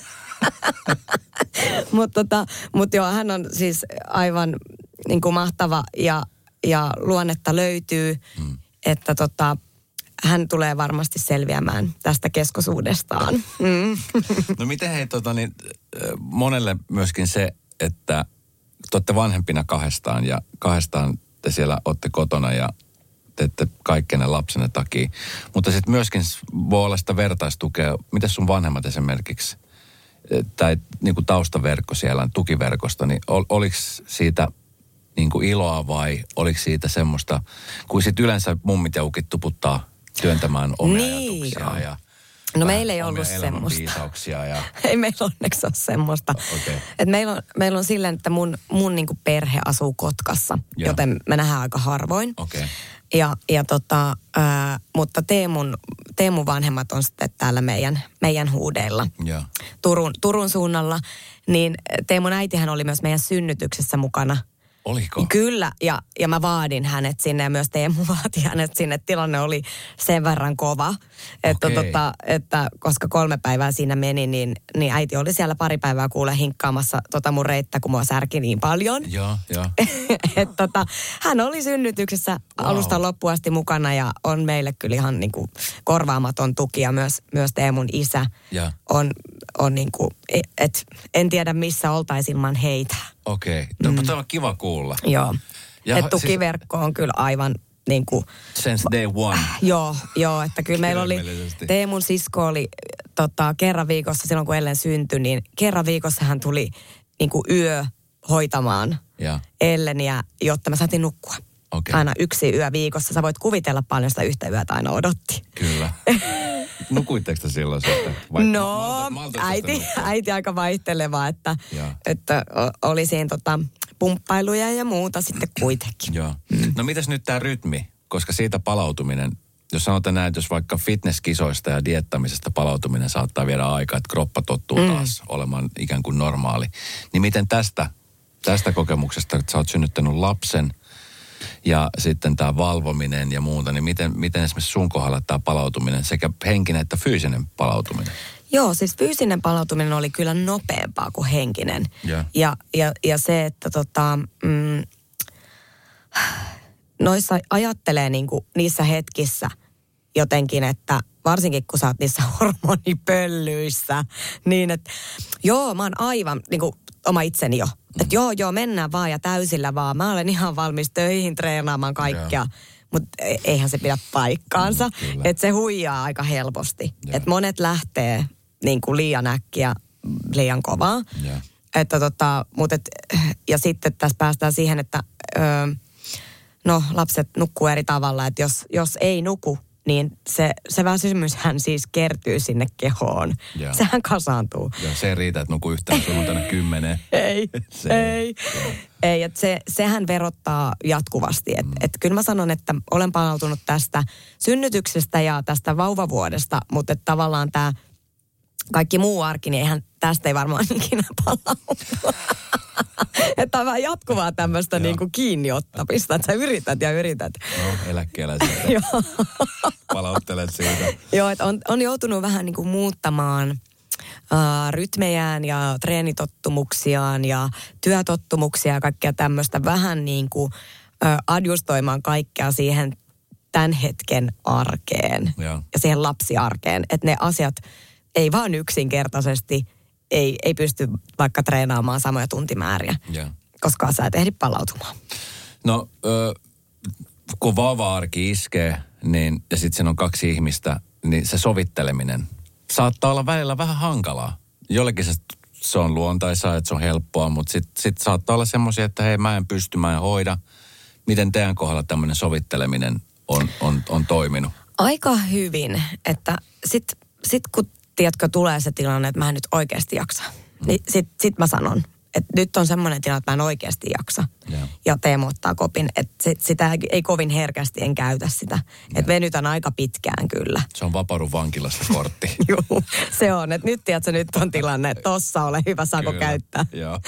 Mutta tota, mut joo, hän on siis aivan niin kuin mahtava ja, ja luonnetta löytyy, hmm. että tota... Hän tulee varmasti selviämään tästä keskosuudestaan. Mm. No miten hei, tota, niin, monelle myöskin se, että te olette vanhempina kahdestaan ja kahdestaan te siellä olette kotona ja teette kaikkenne lapsenne takia. Mutta sitten myöskin voi olla sitä vertaistukea. Miten sun vanhemmat esimerkiksi? tai niin kuin taustaverkko siellä, tukiverkosto, niin ol, oliko siitä niin kuin iloa vai oliko siitä semmoista, kun sit yleensä mummit ja ukit tuputtaa työntämään omia niin ajatuksia ja no meillä ei ollut semmoista. Ja... ei meillä onneksi ole semmoista. Okay. Et meillä, on, meillä on silleen, että mun, mun niinku perhe asuu Kotkassa, ja. joten me nähdään aika harvoin. Okay. Ja, ja tota, ää, mutta Teemun, Teemun vanhemmat on sitten täällä meidän, meidän huudeilla ja. Turun, Turun suunnalla. Niin Teemun äitihän oli myös meidän synnytyksessä mukana. Oliko? Kyllä, ja, ja mä vaadin hänet sinne ja myös Teemu vaati hänet sinne. Tilanne oli sen verran kova, että, okay. tota, että koska kolme päivää siinä meni, niin, niin äiti oli siellä pari päivää kuule hinkkaamassa tota mun reittä, kun mua särki niin paljon. Joo, joo. Et, tota, hän oli synnytyksessä wow. alusta loppuun asti mukana ja on meille kyllä ihan niin kuin korvaamaton tuki ja myös, myös Teemun isä ja. on, on niin kuin, et, en tiedä missä oltaisiin ilman heitä. Okei, okay. No, mm. mutta on kiva kuulla. Joo. Ja, että tukiverkko on kyllä aivan niin kuin... Since day one. Joo, joo, että kyllä meillä oli... Teemun sisko oli tota, kerran viikossa, silloin kun Ellen syntyi, niin kerran viikossa hän tuli niin kuin yö hoitamaan ja. Elleniä, jotta me saatiin nukkua. Okay. Aina yksi yö viikossa. Sä voit kuvitella paljon sitä yhtä yötä aina odotti. Kyllä. Nukuitteko te silloin sitten? Vai no, malta, malta äiti, äiti aika vaihteleva, että, että oli siinä tota, pumppailuja ja muuta sitten kuitenkin. Joo. Mm. No mitäs nyt tämä rytmi? Koska siitä palautuminen, jos sanotaan näin, jos vaikka fitnesskisoista ja dieettamisesta palautuminen saattaa viedä aikaa, että kroppa tottuu mm. taas olemaan ikään kuin normaali. Niin miten tästä, tästä kokemuksesta, että sä oot synnyttänyt lapsen, ja sitten tämä valvominen ja muuta, niin miten, miten esimerkiksi sun kohdalla tämä palautuminen, sekä henkinen että fyysinen palautuminen? Joo, siis fyysinen palautuminen oli kyllä nopeampaa kuin henkinen. Yeah. Ja, ja, ja se, että tota, mm, noissa ajattelee niinku niissä hetkissä jotenkin, että varsinkin kun sä oot niissä hormonipöllyissä, niin että joo, mä oon aivan niinku oma itseni jo. Mm. Että joo, joo, mennään vaan ja täysillä vaan. Mä olen ihan valmis töihin treenaamaan kaikkea. Yeah. Mutta eihän se pidä paikkaansa. Mm, että se huijaa aika helposti. Yeah. Että monet lähtee niin kuin liian äkkiä, liian kovaa. Yeah. Että tota, mut et, ja sitten tässä päästään siihen, että öö, no lapset nukkuu eri tavalla. Että jos, jos ei nuku, niin se, se väsymyshän siis kertyy sinne kehoon. Yeah. Sehän kasaantuu. Ja se ei riitä, että nuku yhtään sunnuntaina kymmenen. ei, se, ei. Yeah. Ei, että se, sehän verottaa jatkuvasti. Että mm. et kyllä mä sanon, että olen palautunut tästä synnytyksestä ja tästä vauvavuodesta, mutta että tavallaan tämä kaikki muu arki, niin eihän tästä ei varmaan ikinä palautu. Että on vähän jatkuvaa tämmöistä niin kuin kiinniottamista, että sä yrität ja yrität. No, eläkkeellä sitten. Joo. Palauttelet siitä. Joo, että on, on joutunut vähän niin kuin muuttamaan uh, rytmejään ja treenitottumuksiaan ja työtottumuksia ja kaikkea tämmöistä vähän niin kuin uh, adjustoimaan kaikkea siihen tämän hetken arkeen ja, ja siihen lapsiarkeen. Että ne asiat ei vaan yksinkertaisesti ei, ei pysty vaikka treenaamaan samoja tuntimääriä, ja. koska sä et ehdi palautumaan. No, ö, kun vauva-arki iskee, niin, ja sitten siinä on kaksi ihmistä, niin se sovitteleminen saattaa olla välillä vähän hankalaa. Jollekin se, se on luontaisaa, että se on helppoa, mutta sitten sit saattaa olla semmoisia, että hei, mä en pysty, mä en hoida. Miten teidän kohdalla tämmöinen sovitteleminen on, on, on toiminut? Aika hyvin, että sitten sit kun tiedätkö, tulee se tilanne, että mä en nyt oikeasti jaksa. Mm. Niin sit, sit mä sanon, että nyt on semmoinen tilanne, että mä en oikeasti jaksa. Yeah. Ja Teemu ottaa kopin, että sit, sitä ei kovin herkästi en käytä sitä. Yeah. Että venytän aika pitkään kyllä. Se on Vapaudun vankilasta kortti. Joo, se on. Että nyt tiedätkö, nyt on tilanne, että tossa ole hyvä, saako kyllä. käyttää. Joo.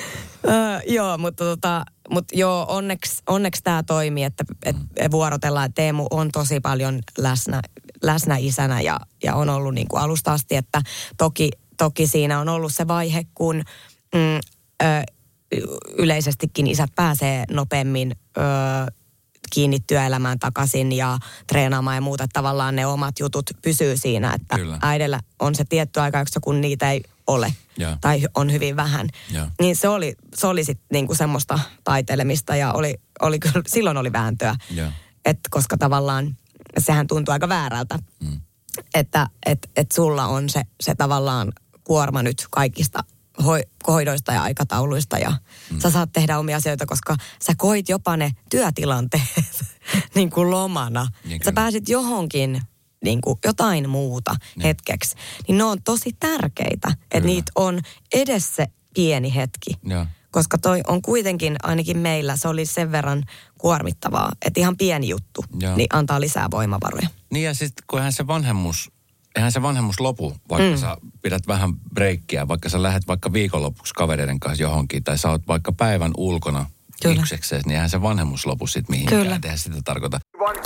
Uh, joo, mutta tota, mut joo, onneksi, onneksi tämä toimii, että et vuorotellaan. Teemu on tosi paljon läsnä, läsnä isänä ja, ja on ollut niin kuin alusta asti, että toki, toki siinä on ollut se vaihe, kun mm, ö, yleisestikin isät pääsee nopeammin ö, kiinni työelämään takaisin ja treenaamaan ja muuta. Tavallaan ne omat jutut pysyy siinä, että Kyllä. äidellä on se tietty aika, kun niitä ei ole ja. tai on hyvin vähän. Ja. Niin se oli, se oli sitten niinku semmoista taitelemista ja oli, oli kyllä, silloin oli vääntöä. Et koska tavallaan sehän tuntui aika väärältä, mm. että et, et sulla on se, se tavallaan kuorma nyt kaikista ho- hoidoista ja aikatauluista ja mm. sä saat tehdä omia asioita, koska sä koit jopa ne työtilanteet niin kuin lomana. Niin sä pääsit johonkin niin kuin jotain muuta niin. hetkeksi. Niin ne on tosi tärkeitä, että niitä on edes se pieni hetki. Ja. Koska toi on kuitenkin, ainakin meillä, se oli sen verran kuormittavaa, että ihan pieni juttu, ja. niin antaa lisää voimavaroja. Niin ja sitten kun eihän se vanhemmuus, eihän se vanhemmuus lopu, vaikka mm. sä pidät vähän breikkiä, vaikka sä lähdet vaikka viikonlopuksi kavereiden kanssa johonkin, tai sä oot vaikka päivän ulkona yksekseen, niin eihän se vanhemmuus lopu sit mihinkään. Kyllä. Eihän sitä tarkoita.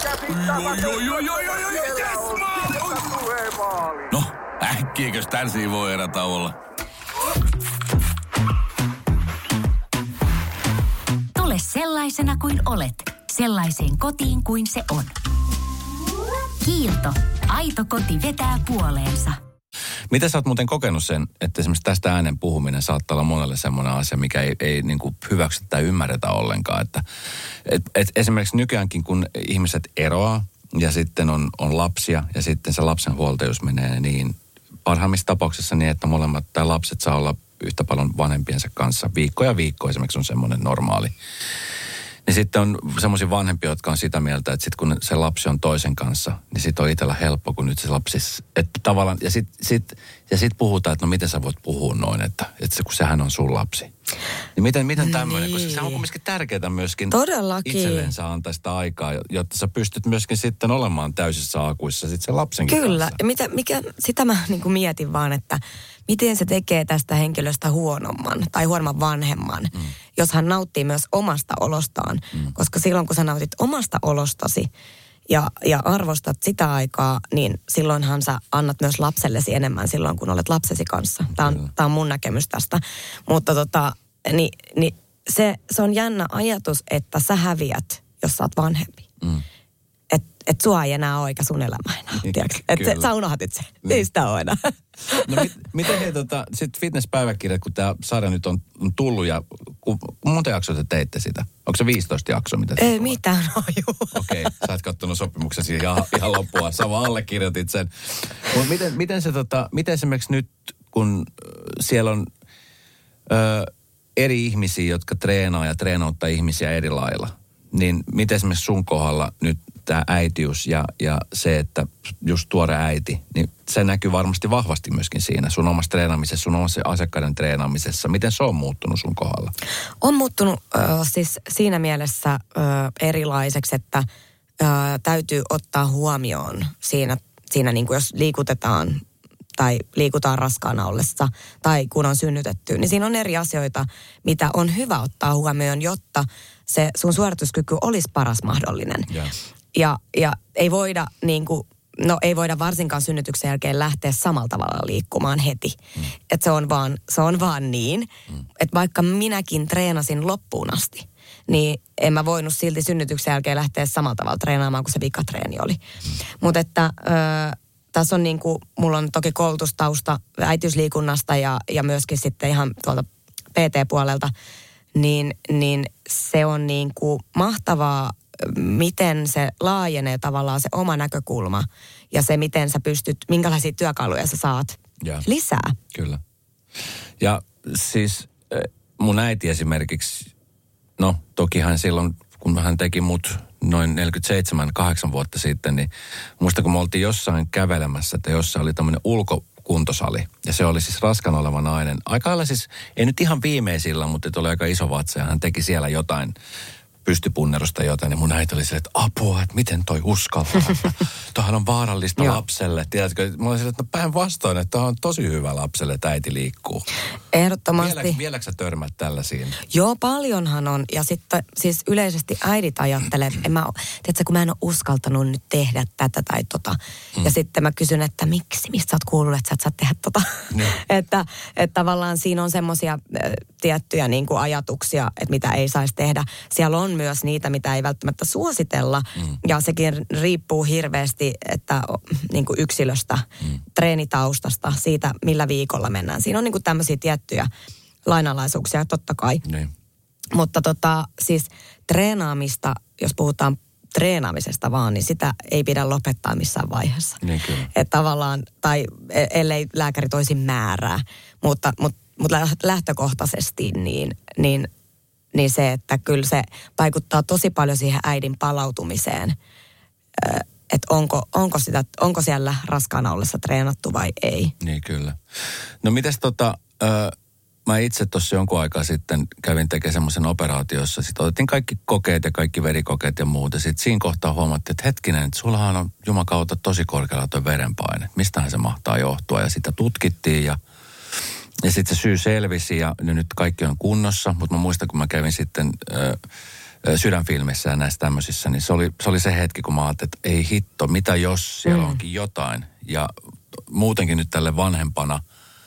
No, äkkiäkös tän voi erätä olla? Tule sellaisena kuin olet, sellaiseen kotiin kuin se on. Kiilto. Aito koti vetää puoleensa. Miten sä oot muuten kokenut sen, että esimerkiksi tästä äänen puhuminen saattaa olla monelle semmoinen asia, mikä ei, ei niin kuin hyväksytä tai ymmärretä ollenkaan. Että, et, et esimerkiksi nykyäänkin, kun ihmiset eroaa ja sitten on, on lapsia ja sitten se lapsen huoltajuus menee niin parhaimmissa tapauksissa niin, että molemmat tai lapset saa olla yhtä paljon vanhempiensa kanssa. Viikko ja viikko esimerkiksi on semmoinen normaali. Niin sitten on semmoisia vanhempia, jotka on sitä mieltä, että sitten kun se lapsi on toisen kanssa, niin sitten on itsellä helppo, kun nyt se lapsi, että tavallaan, ja sitten sit, ja sit puhutaan, että no miten sä voit puhua noin, että, että se, kun sehän on sun lapsi. Niin miten, miten tämmöinen, niin. Koska se on kumminkin tärkeää myöskin todellakin itsellensä antaa sitä aikaa, jotta sä pystyt myöskin sitten olemaan täysissä akuissa sitten sen lapsenkin Kyllä. kanssa. Ja mitä, mikä, sitä mä niin kuin mietin vaan, että miten se tekee tästä henkilöstä huonomman tai huonomman vanhemman, mm. jos hän nauttii myös omasta olostaan. Mm. Koska silloin, kun sä nautit omasta olostasi ja, ja arvostat sitä aikaa, niin silloinhan sä annat myös lapsellesi enemmän silloin, kun olet lapsesi kanssa. Tämä on, tämä on mun näkemys tästä. Mutta tota, niin, niin se, se on jännä ajatus, että sä häviät, jos sä oot vanhempi. Mm. Että et sua ei enää ole eikä sun elämä enää, tiedätkö? Että sä unohdit sen. Niin. Ei sitä ole enää. No mit, miten hei tota, sit fitnesspäiväkirjat, kun tämä sarja nyt on, on tullut ja ku, ku monta jaksoa te teitte sitä? Onko se viisitoista jaksoa? Mitä ei mitään, no juu. Okei, okay, sä et kattonut sopimuksesi ihan, ihan loppua. Sä vaan allekirjoitit sen. Mutta miten, miten se tota, miten esimerkiksi nyt, kun siellä on ö, eri ihmisiä, jotka treenaa ja treenauttaa ihmisiä eri lailla, niin miten esimerkiksi sun kohdalla nyt tämä äitiys ja, ja se, että just tuore äiti, niin se näkyy varmasti vahvasti myöskin siinä sun omassa treenaamisessa, sun omassa asiakkaiden treenaamisessa. Miten se on muuttunut sun kohdalla? On muuttunut äh, siis siinä mielessä äh, erilaiseksi, että äh, täytyy ottaa huomioon siinä, siinä niin kuin jos liikutetaan tai liikutaan raskaana ollessa tai kun on synnytetty, niin siinä on eri asioita, mitä on hyvä ottaa huomioon, jotta se sun suorituskyky olisi paras mahdollinen. Yeah. Ja, ja ei voida niin kuin, no ei voida varsinkaan synnytyksen jälkeen lähteä samalla tavalla liikkumaan heti. Mm. Että se on vaan, se on vaan niin, mm. että vaikka minäkin treenasin loppuun asti, niin en mä voinut silti synnytyksen jälkeen lähteä samalla tavalla treenaamaan, kuin se vikatreeni oli. Mm. Mutta että ö, tässä on niin kuin, mulla on toki koulutustausta äitiysliikunnasta ja, ja myöskin sitten ihan tuolta P T-puolelta, niin, niin se on niin kuin mahtavaa, miten se laajenee tavallaan se oma näkökulma ja se, miten sä pystyt, minkälaisia työkaluja sä saat ja. lisää. Kyllä. Ja siis mun äiti esimerkiksi, no tokihan silloin, kun hän teki mut noin neljäkymmentäseitsemän kahdeksan vuotta sitten, niin muista kun me oltiin jossain kävelemässä, että jossain oli tämmöinen ulkokuntosali. Ja se oli siis raskan oleva nainen. Aika lailla siis, ei nyt ihan viimeisillä, mutta oli aika iso vatsa ja hän teki siellä jotain pystypunnerusta jotain, niin mun äiti oli silleen, että apua, että miten toi uskaltaa. Tuohan on vaarallista lapselle. Tiedätkö, mä olin silleen, että no päinvastoin, että tuohan on tosi hyvä lapselle, että äiti liikkuu. Ehdottomasti. Vielä, vieläkö sä törmät tällaisiin? Joo, paljonhan on. Ja sitten siis yleisesti äidit ajattelee, että en mä, tiedätkö, kun mä en ole uskaltanut nyt tehdä tätä tai tota. Hmm. Ja sitten mä kysyn, että miksi, mistä sä oot kuullut, että sä et saa tehdä tota. Hmm. että, että tavallaan siinä on semmoisia äh, tiettyjä niin kuin ajatuksia, että mitä ei saisi tehdä. Siellä on myös niitä, mitä ei välttämättä suositella. Mm. Ja sekin riippuu hirveästi että, niin kuin yksilöstä, mm. treenitaustasta, siitä millä viikolla mennään. Siinä on niin kuin tämmöisiä tiettyjä lainalaisuuksia, totta kai. Niin. Mutta tota, siis treenaamista, jos puhutaan treenaamisesta vaan, niin sitä ei pidä lopettaa missään vaiheessa. Niin kyllä. Että tavallaan, tai ellei lääkäri toisin määrää, mutta, mutta, mutta lähtökohtaisesti niin, niin, niin se, että kyllä se vaikuttaa tosi paljon siihen äidin palautumiseen, että onko, onko, sitä, onko siellä raskaana ollessa treenattu vai ei. Niin kyllä. No mites tota... Ö- Mä itse tuossa jonkun aikaa sitten kävin tekemään semmoisen operaatiossa. Sitten otettiin kaikki kokeet ja kaikki verikokeet ja muut. Ja sitten siinä kohtaa huomattiin, että hetkinen, että sullahan on jumakauta tosi korkealla tuo verenpaine. Mistähän se mahtaa johtua? Ja sitä tutkittiin ja, ja sitten se syy selvisi ja nyt kaikki on kunnossa. Mutta mä muistan, kun mä kävin sitten ö, ö, sydänfilmissä ja näissä tämmöisissä, niin se oli, se oli se hetki, kun mä ajattelin, että ei hitto, mitä jos siellä mm. onkin jotain. Ja muutenkin nyt tälle vanhempana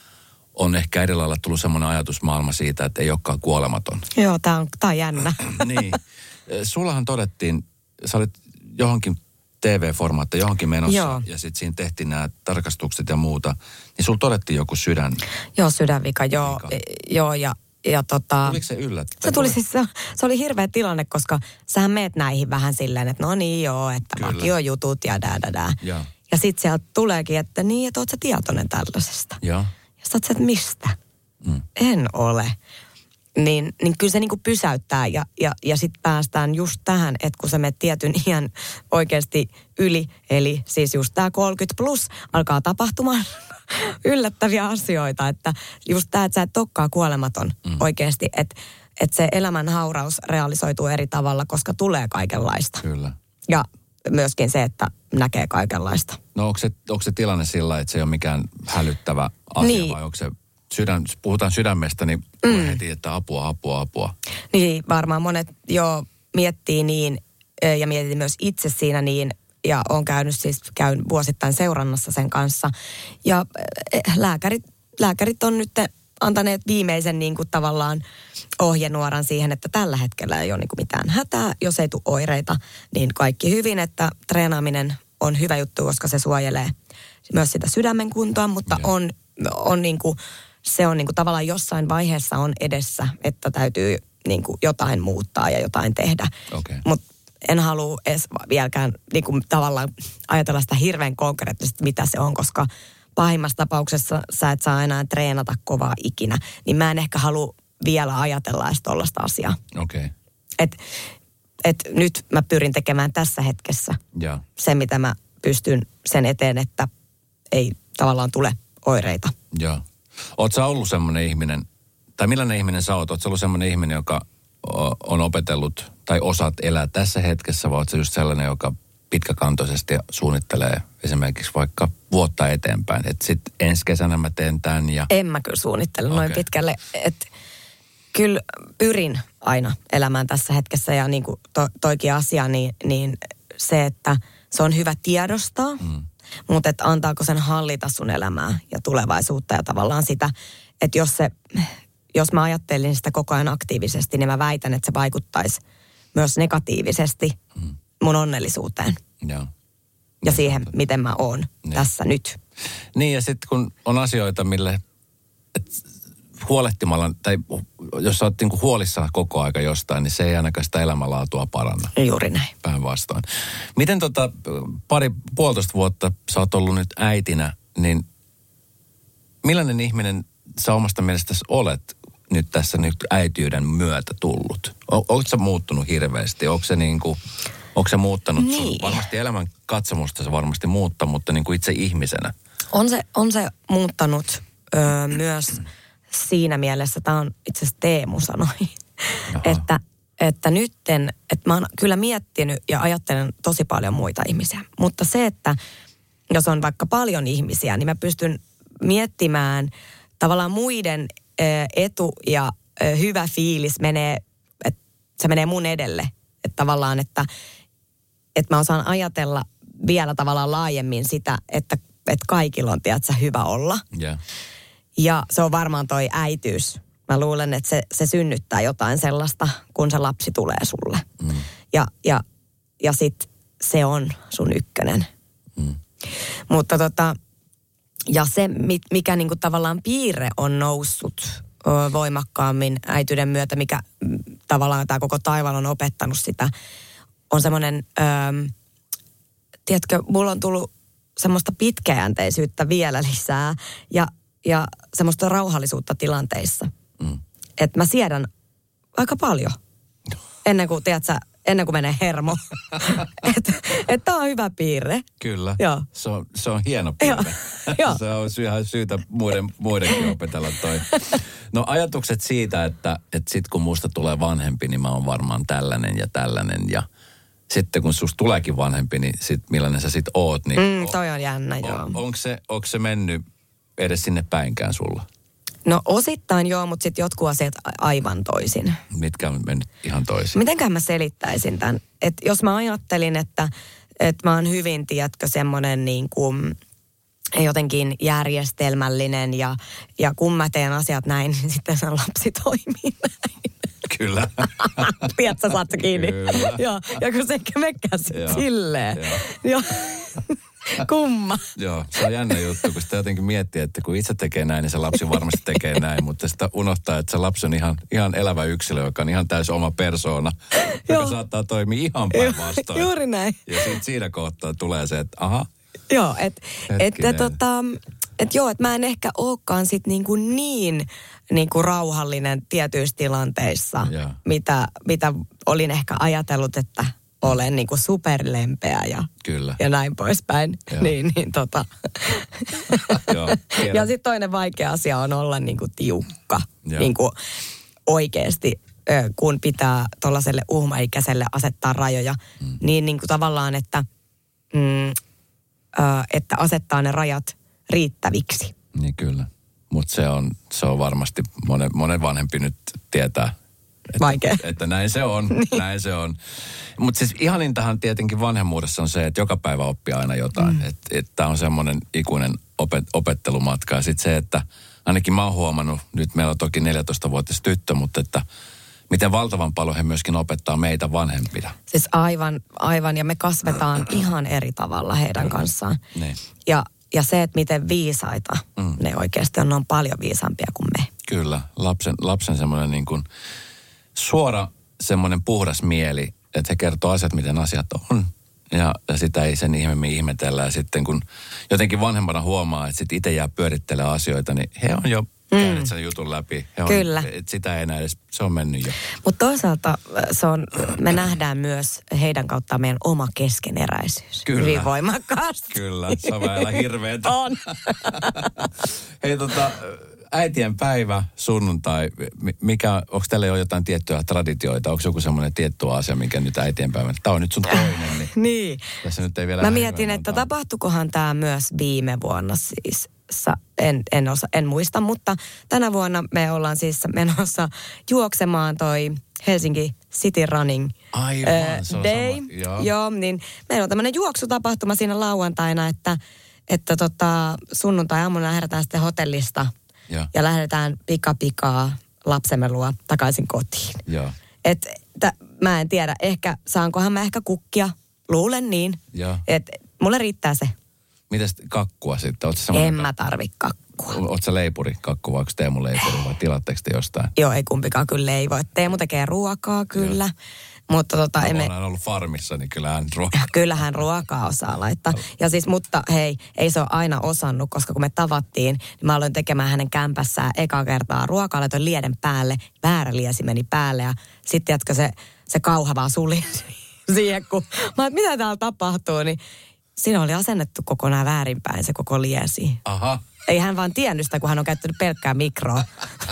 on ehkä edellä lailla tullut semmoinen ajatusmaailma siitä, että ei olekaan kuolematon. Joo, tää on, tää on jännä. Niin. Sullahan todettiin, sä olit johonkin T V-formaattiin, johonkin menossa, joo. Ja sitten siinä tehtiin nämä tarkastukset ja muuta, niin sulla todettiin joku sydän. Joo, sydänvika, joo. Vika. Joo, ja, ja tota... Tuliko se yllättäen? Se tuli siis, se, se oli hirveä tilanne, koska sähän meet näihin vähän silleen, että no niin joo, että vakiojutut ja dää, dää, dää. Ja, ja sitten sieltä tuleekin, että niin, että oot sä tietoinen tällaisesta. Joo. Ja sä oot sä, että mistä? Mm. En ole. Niin, niin kyllä se niinku pysäyttää ja, ja, ja sitten päästään just tähän, että kun sä menet tietyn iän oikeasti yli, eli siis just tämä kolmekymmentä plus alkaa tapahtumaan yllättäviä asioita, että just tämä, että sä et olekaan kuolematon mm. oikeasti, että että se elämän hauraus realisoituu eri tavalla, koska tulee kaikenlaista. Kyllä. Ja myöskin se, että näkee kaikenlaista. No onko se, onko se tilanne sillä, että se ei ole mikään hälyttävä asia niin. Vai onko se sydän, puhutaan sydämestä, niin mm. heti, että apua, apua, apua. Niin, varmaan monet jo miettii niin ja mietin myös itse siinä niin ja olen käynyt siis, käyn vuosittain seurannassa sen kanssa. Ja lääkärit, lääkärit on nyt antaneet viimeisen niin kuin tavallaan ohjenuoran siihen, että tällä hetkellä ei ole niin kuin mitään hätää. Jos ei tule oireita, niin kaikki hyvin, että treenaaminen on hyvä juttu, koska se suojelee myös sitä sydämen kuntoa, mutta yeah. on, on niin kuin, se on niin kuin tavallaan jossain vaiheessa on edessä, että täytyy niin kuin jotain muuttaa ja jotain tehdä. Okay. Mutta en halua edes vieläkään niin kuin tavallaan ajatella sitä hirveän konkreettisesti, mitä se on, koska pahimmassa tapauksessa sä et saa enää treenata kovaa ikinä, niin mä en ehkä halua vielä ajatella edes tollaista asiaa. Okei. Okay. Et, et nyt mä pyrin tekemään tässä hetkessä ja. se, mitä mä pystyn sen eteen, että ei tavallaan tule oireita. Joo. Oot sä ollut semmoinen ihminen, tai millainen ihminen sä oot? Oot sä ollut semmoinen ihminen, joka on opetellut tai osaat elää tässä hetkessä, vai oot sä just sellainen, joka pitkäkantoisesti suunnittelee esimerkiksi vaikka vuotta eteenpäin, että sitten ensi kesänä mä teen tämän ja... En mä kyllä suunnittele okay. noin pitkälle, että kyllä pyrin aina elämään tässä hetkessä ja niin kuin to, toikin asia, niin, niin se, että se on hyvä tiedostaa, mm. mutta että antaako sen hallita sun elämää ja tulevaisuutta ja tavallaan sitä, että jos se, jos mä ajattelin sitä koko ajan aktiivisesti, niin mä väitän, että se vaikuttaisi myös negatiivisesti mm. mun onnellisuuteen. Joo. Ja siihen, miten mä oon niin. tässä nyt. Niin ja sitten kun on asioita, mille et huolehtimalla, tai jos sä oot niinku huolissaan koko aika jostain, niin se ei ainakaan sitä elämänlaatua paranna. Juuri näin. Päinvastoin. Miten tota pari, puolitoista vuotta sä oot ollut nyt äitinä, niin millainen ihminen sä omasta mielestäsi olet nyt tässä nyt äitiyden myötä tullut? O, ootko sä muuttunut hirveästi? Onko se niinku... Onko se muuttanut niin. sun? Varmasti elämän katsomusta se varmasti muuttaa, mutta niin kuin itse ihmisenä. On se, on se muuttanut ö, myös siinä mielessä, tämä on itse asiassa Teemu sanoi, että, että nytten, että mä oon kyllä miettinyt ja ajattelen tosi paljon muita ihmisiä. Mutta se, että jos on vaikka paljon ihmisiä, niin mä pystyn miettimään tavallaan muiden ö, etu ja ö, hyvä fiilis menee, että se menee mun edelle. Että tavallaan, että että mä osaan ajatella vielä tavallaan laajemmin sitä, että, että kaikilla on, tiedätkö, hyvä olla. Yeah. Ja se on varmaan toi äityys. Mä luulen, että se, se synnyttää jotain sellaista, kun se lapsi tulee sulle. Mm. Ja, ja, ja sit se on sun ykkönen. Mm. Mutta tota, ja se, mikä niinku tavallaan piirre on noussut ö, voimakkaammin äityyden myötä, mikä tavallaan tämä koko taivaalla on opettanut sitä, on semmoinen, öö, tiedätkö, mulla on tullut semmoista pitkäjänteisyyttä vielä lisää ja, ja semmoista rauhallisuutta tilanteissa. Mm. Että mä siedän aika paljon ennen kuin, tiedätkö, ennen kuin menee hermo. Että et tää on hyvä piirre. Kyllä. Joo. Se on, se on hieno piirre. Joo. Se on ihan syytä muiden, muidenkin opetella toi. No ajatukset siitä, että, että sit kun musta tulee vanhempi, niin mä oon varmaan tällainen ja tällainen. Ja sitten kun susta tuleekin vanhempi, niin sit millainen sä sit oot. Niin mm, toi on jännä, on, joo. On, onko se, onko se mennyt edes sinne päinkään sulla? No osittain joo, mutta sitten jotkut asiat aivan toisin. Mitkä on mennyt ihan toisin? Mitenkään mä selittäisin tämän? Että jos mä ajattelin, että, että mä oon hyvin, tiedätkö, semmoinen niin kuin jotenkin järjestelmällinen ja, ja kun mä teen asiat näin, niin sitten se lapsi toimii näin. Kyllä. Tiedätkö, saat sä kiinni? Kyllä. Joo, ja kun se eikä mekään sitten Joo. silleen. Joo. Joo. Kumma. Joo, se on jännä juttu, kun sitä jotenkin miettii, että kun itse tekee näin, niin se lapsi varmasti tekee näin. Mutta sitä unohtaa, että se lapsi on ihan, ihan elävä yksilö, joka on ihan täysin oma persoona, joka Joo. saattaa toimia ihan päinvastoin. Juuri näin. Ja sitten siinä kohtaa tulee se, että aha. Joo, että et, Hetkinen. tota, et joo, että mä en ehkä olekaan sit niinku niin niinku rauhallinen tietyissä tilanteissa, Joo. mitä, mitä olin ehkä ajatellut, että olen niinku superlempeä ja, Kyllä. ja näin poispäin. Joo. Niin, niin tota. Joo, tiedän. Ja sitten toinen vaikea asia on olla niinku tiukka. Joo. Niinku oikeasti, ö, kun pitää tuollaiselle uhmaikäiselle asettaa rajoja, mm. niin niinku tavallaan, että, mm, ö, että asettaa ne rajat riittäviksi. Niin kyllä. Mutta se on, se on varmasti, monen, monen vanhempi nyt tietää, että, Vaikea. että näin se on, niin. näin se on. Mutta siis ihanintahan tietenkin vanhemmuudessa on se, että joka päivä oppii aina jotain. Mm. Että et tämä on semmoinen ikuinen opet, opettelumatka. Ja sitten se, että ainakin mä oon huomannut, nyt meillä on toki neljätoistavuotias tyttö, mutta että miten valtavan paljon he myöskin opettaa meitä vanhempina. Siis aivan, aivan, ja me kasvetaan ihan eri tavalla heidän kanssaan. Niin. Ja, ja se, että miten viisaita mm. ne oikeasti on, ne on paljon viisaampia kuin me. Kyllä, lapsen, lapsen semmoinen niin kuin suora semmoinen puhdas mieli, että he kertoo asiat, miten asiat on. Ja, ja sitä ei sen ihmeemmin ihmetellä. Ja sitten kun jotenkin vanhemmana huomaa, että sitten itse jää pyörittelemään asioita, niin he on jo käynyt mm. sen jutun läpi. He on, Kyllä. Että sitä ei enää edes, se on mennyt jo. Mutta toisaalta se on, me nähdään myös heidän kautta meidän oma keskeneräisyys. Kyllä. Hyvin voimakkaasti. Kyllä, se on vähän hirveetä. On. Hei tota, äitien päivä, sunnuntai, mikä, onko teillä jo jotain tiettyjä traditioita? Onko joku semmoinen tietty asia, mikä nyt äitien päivänä? Tämä on nyt sun toinen, niin, Niin. tässä nyt ei vielä... Mä mietin, että tapahtukohan tämä myös viime vuonna siis. En, en, osa, en muista, mutta tänä vuonna me ollaan siis menossa juoksemaan toi Helsinki City Running Aivan, äh, se on Day. sama. Joo. Joo, niin meillä on tämmöinen juoksutapahtuma siinä lauantaina, että, että tota, sunnuntai-aamuna herätään sitten hotellista Joo. ja lähdetään pikapikaa lapsemme luo takaisin kotiin. Joo. Et, t- mä en tiedä, ehkä saankohan mä ehkä kukkia, luulen niin. Joo. Et mulle riittää se. Mitäs kakkua sitten? Ootko En mä tarvi kakkua. Ootko sä leipuri kakku vai onko Teemu leipuri vai tilatteko te jostain? Joo, ei kumpikaan kyllä ei voi. Teemu tekee ruokaa kyllä, Joo. mutta tota Mä emme... olen ollut farmissa, niin kyllähän ruokaa. Kyllähän ruokaa osaa laittaa. Ja siis, mutta hei, ei se ole aina osannut, koska kun me tavattiin, niin mä aloin tekemään hänen kämpässään eka kertaa ruokaa, laitoin lieden päälle, väärä liesi meni päälle ja sitten jatka se, se kauha vaan suli siihen, kun mä et, mitä täällä tapahtuu, niin siinä oli asennettu kokonaan väärinpäin se koko liesi. Aha. Ei hän vaan tiennyt sitä, kun hän on käyttänyt pelkkää mikroa.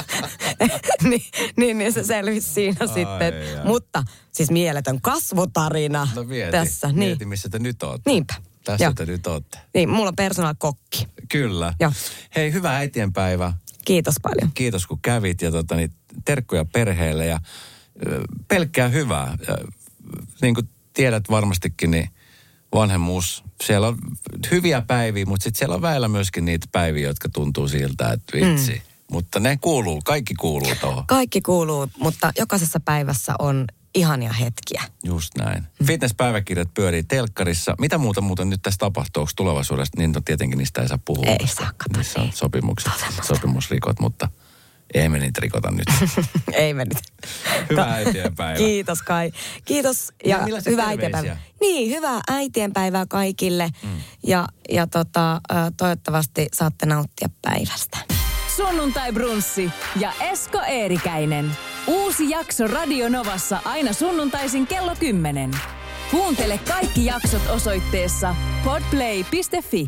niin, niin, niin se selvisi siinä Ai sitten. jaa. Mutta siis mieletön kasvutarina No mieti, tässä. Niin. mieti missä te nyt ootte. Niinpä. Tässä Joo. te nyt ootte. Niin, mulla on personal kokki. Kyllä. Joo. Hei, hyvää äitienpäivää. Kiitos paljon. Kiitos kun kävit ja tota, niin, terkkuja perheelle ja ö, pelkkää hyvää. Ja, niin kuin tiedät varmastikin, niin vanhemmuus, siellä on hyviä päiviä, mutta sitten siellä on väillä myöskin niitä päiviä, jotka tuntuu siltä, että vitsi. Mm. Mutta ne kuuluu, kaikki kuuluu tuohon. Kaikki kuuluu, mutta jokaisessa päivässä on ihania hetkiä. Just näin. Mm. Fitness-päiväkirjat pyörii telkkarissa. Mitä muuta muuten nyt tässä tapahtuu? Onko tulevaisuudessa? Niin no, tietenkin niistä ei saa puhua. Ei saa, kato, niissä on niin. sopimukset, sopimusrikot, mutta Ei me niitä rikota nyt. Ei me nyt. Hyvää äitienpäivää. Kiitos Kai. Kiitos ja, Ja millaisia hyvää terveisiä? äitienpäivää. Niin, hyvää äitienpäivää kaikille. Mm. Ja, ja tota, toivottavasti saatte nauttia päivästä. Sunnuntai Brunssi ja Esko Eerikäinen. Uusi jakso Radio Novassa aina sunnuntaisin kello kymmenen. Kuuntele kaikki jaksot osoitteessa podplay piste fi.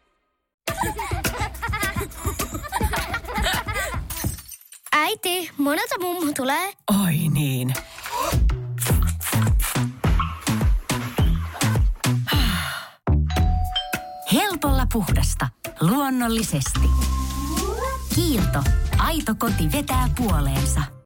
Äiti, monelta mummu tulee? Oi niin. Helpolla puhdasta. Luonnollisesti. Kiilto. Aito koti vetää puoleensa.